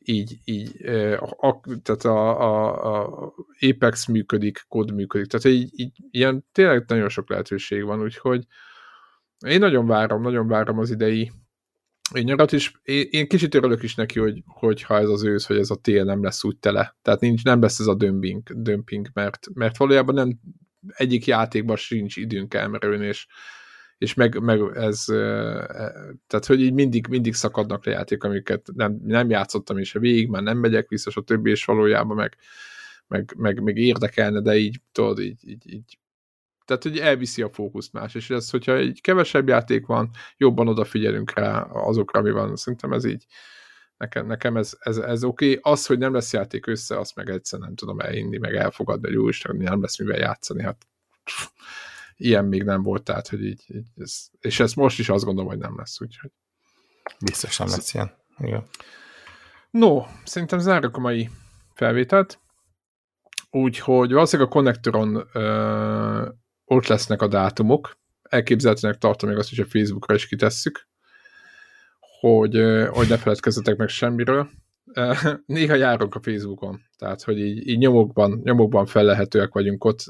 tehát a Apex működik, kód működik, tehát így ilyen tényleg nagyon sok lehetőség van, úgyhogy én nagyon várom az idei nyarat is. Én kicsit örülök is neki, hogy ha ez az ősz, hogy ez a tél nem lesz úgy tele, tehát nem lesz ez a dömping, mert valójában nem egyik játékban sincs időnk elmerülni, és meg ez, tehát hogy így mindig szakadnak a játék, amiket nem játszottam is végig, már nem megyek vissza, a többi, és valójában meg érdekelne, de így tudod, így tehát, hogy elviszi a fókuszt más, és ez, hogyha egy kevesebb játék van, jobban odafigyelünk rá azokra, ami van, szerintem ez így, nekem ez oké. Az, hogy nem lesz játék össze, azt meg egyszer nem tudom elhinni, meg elfogadni, hogy úristen, nem lesz mivel játszani, hát ilyen még nem volt, tehát, hogy így és ezt most is azt gondolom, hogy nem lesz, úgyhogy. Biztos nem lesz ilyen. Igen. No, szerintem zárjuk a mai felvételt, úgyhogy valószínűleg a konnektoron ott lesznek a dátumok, elképzelhetőnek tartom még azt, hogy a Facebookra is kitesszük, hogy ne feledkezzetek meg semmiről. Néha járunk a Facebookon, tehát, hogy így nyomokban felelhetőek vagyunk ott,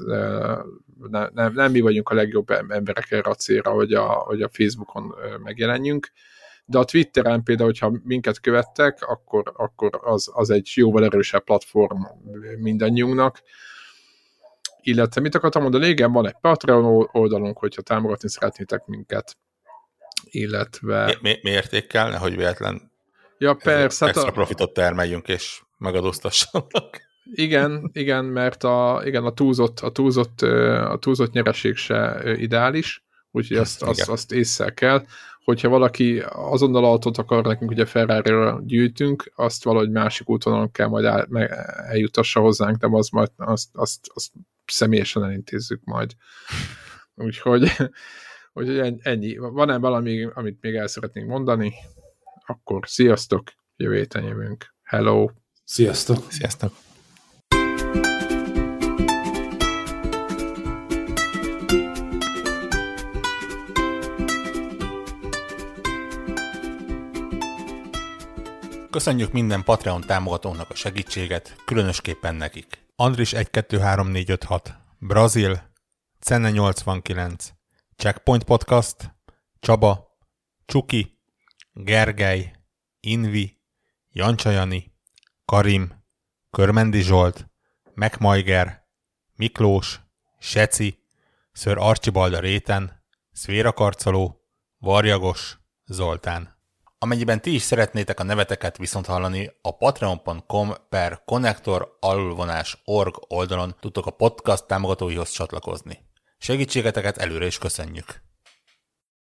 nem mi vagyunk a legjobb emberek erre a célra, hogy a Facebookon megjelenjünk, de a Twitteren például, hogyha minket követtek, akkor az egy jóval erősebb platform mindannyiunknak. Illetve mit akartam mondani, igen, van egy Patreon oldalunk, hogyha támogatni szeretnétek minket. Illetve... Mértékkel, nehogy véletlen persze, extra profitot termeljünk, és megadóztassanak. Igen, mert a túlzott nyereség se ideális, úgyhogy azt észre kell. Hogyha valaki azonnal autót akar nekünk, ugye Ferrari-ről gyűjtünk, azt valahogy másik úton kell majd eljutassa hozzánk, de azt személyesen elintézzük majd. Úgyhogy ennyi. Van-e valami, amit még el szeretnénk mondani? Akkor sziasztok, jövő héten jövünk. Hello! Sziasztok! Sziasztok! Köszönjük minden Patreon támogatónak a segítséget, különösképpen nekik. Andris 123456, Brazil, Cenne 89, Checkpoint Podcast, Csaba, Csuki, Gergely, Invi, Jancsajani, Karim, Körmendi Zsolt, Megmajger, Miklós, Seci, Ször Archibald a Réten, Szvéra Karcoló, Varjagos, Zoltán. Amennyiben ti is szeretnétek a neveteket viszont hallani, a patreon.com/connector_org oldalon tudtok a podcast támogatóihoz csatlakozni. Segítségeteket előre is köszönjük!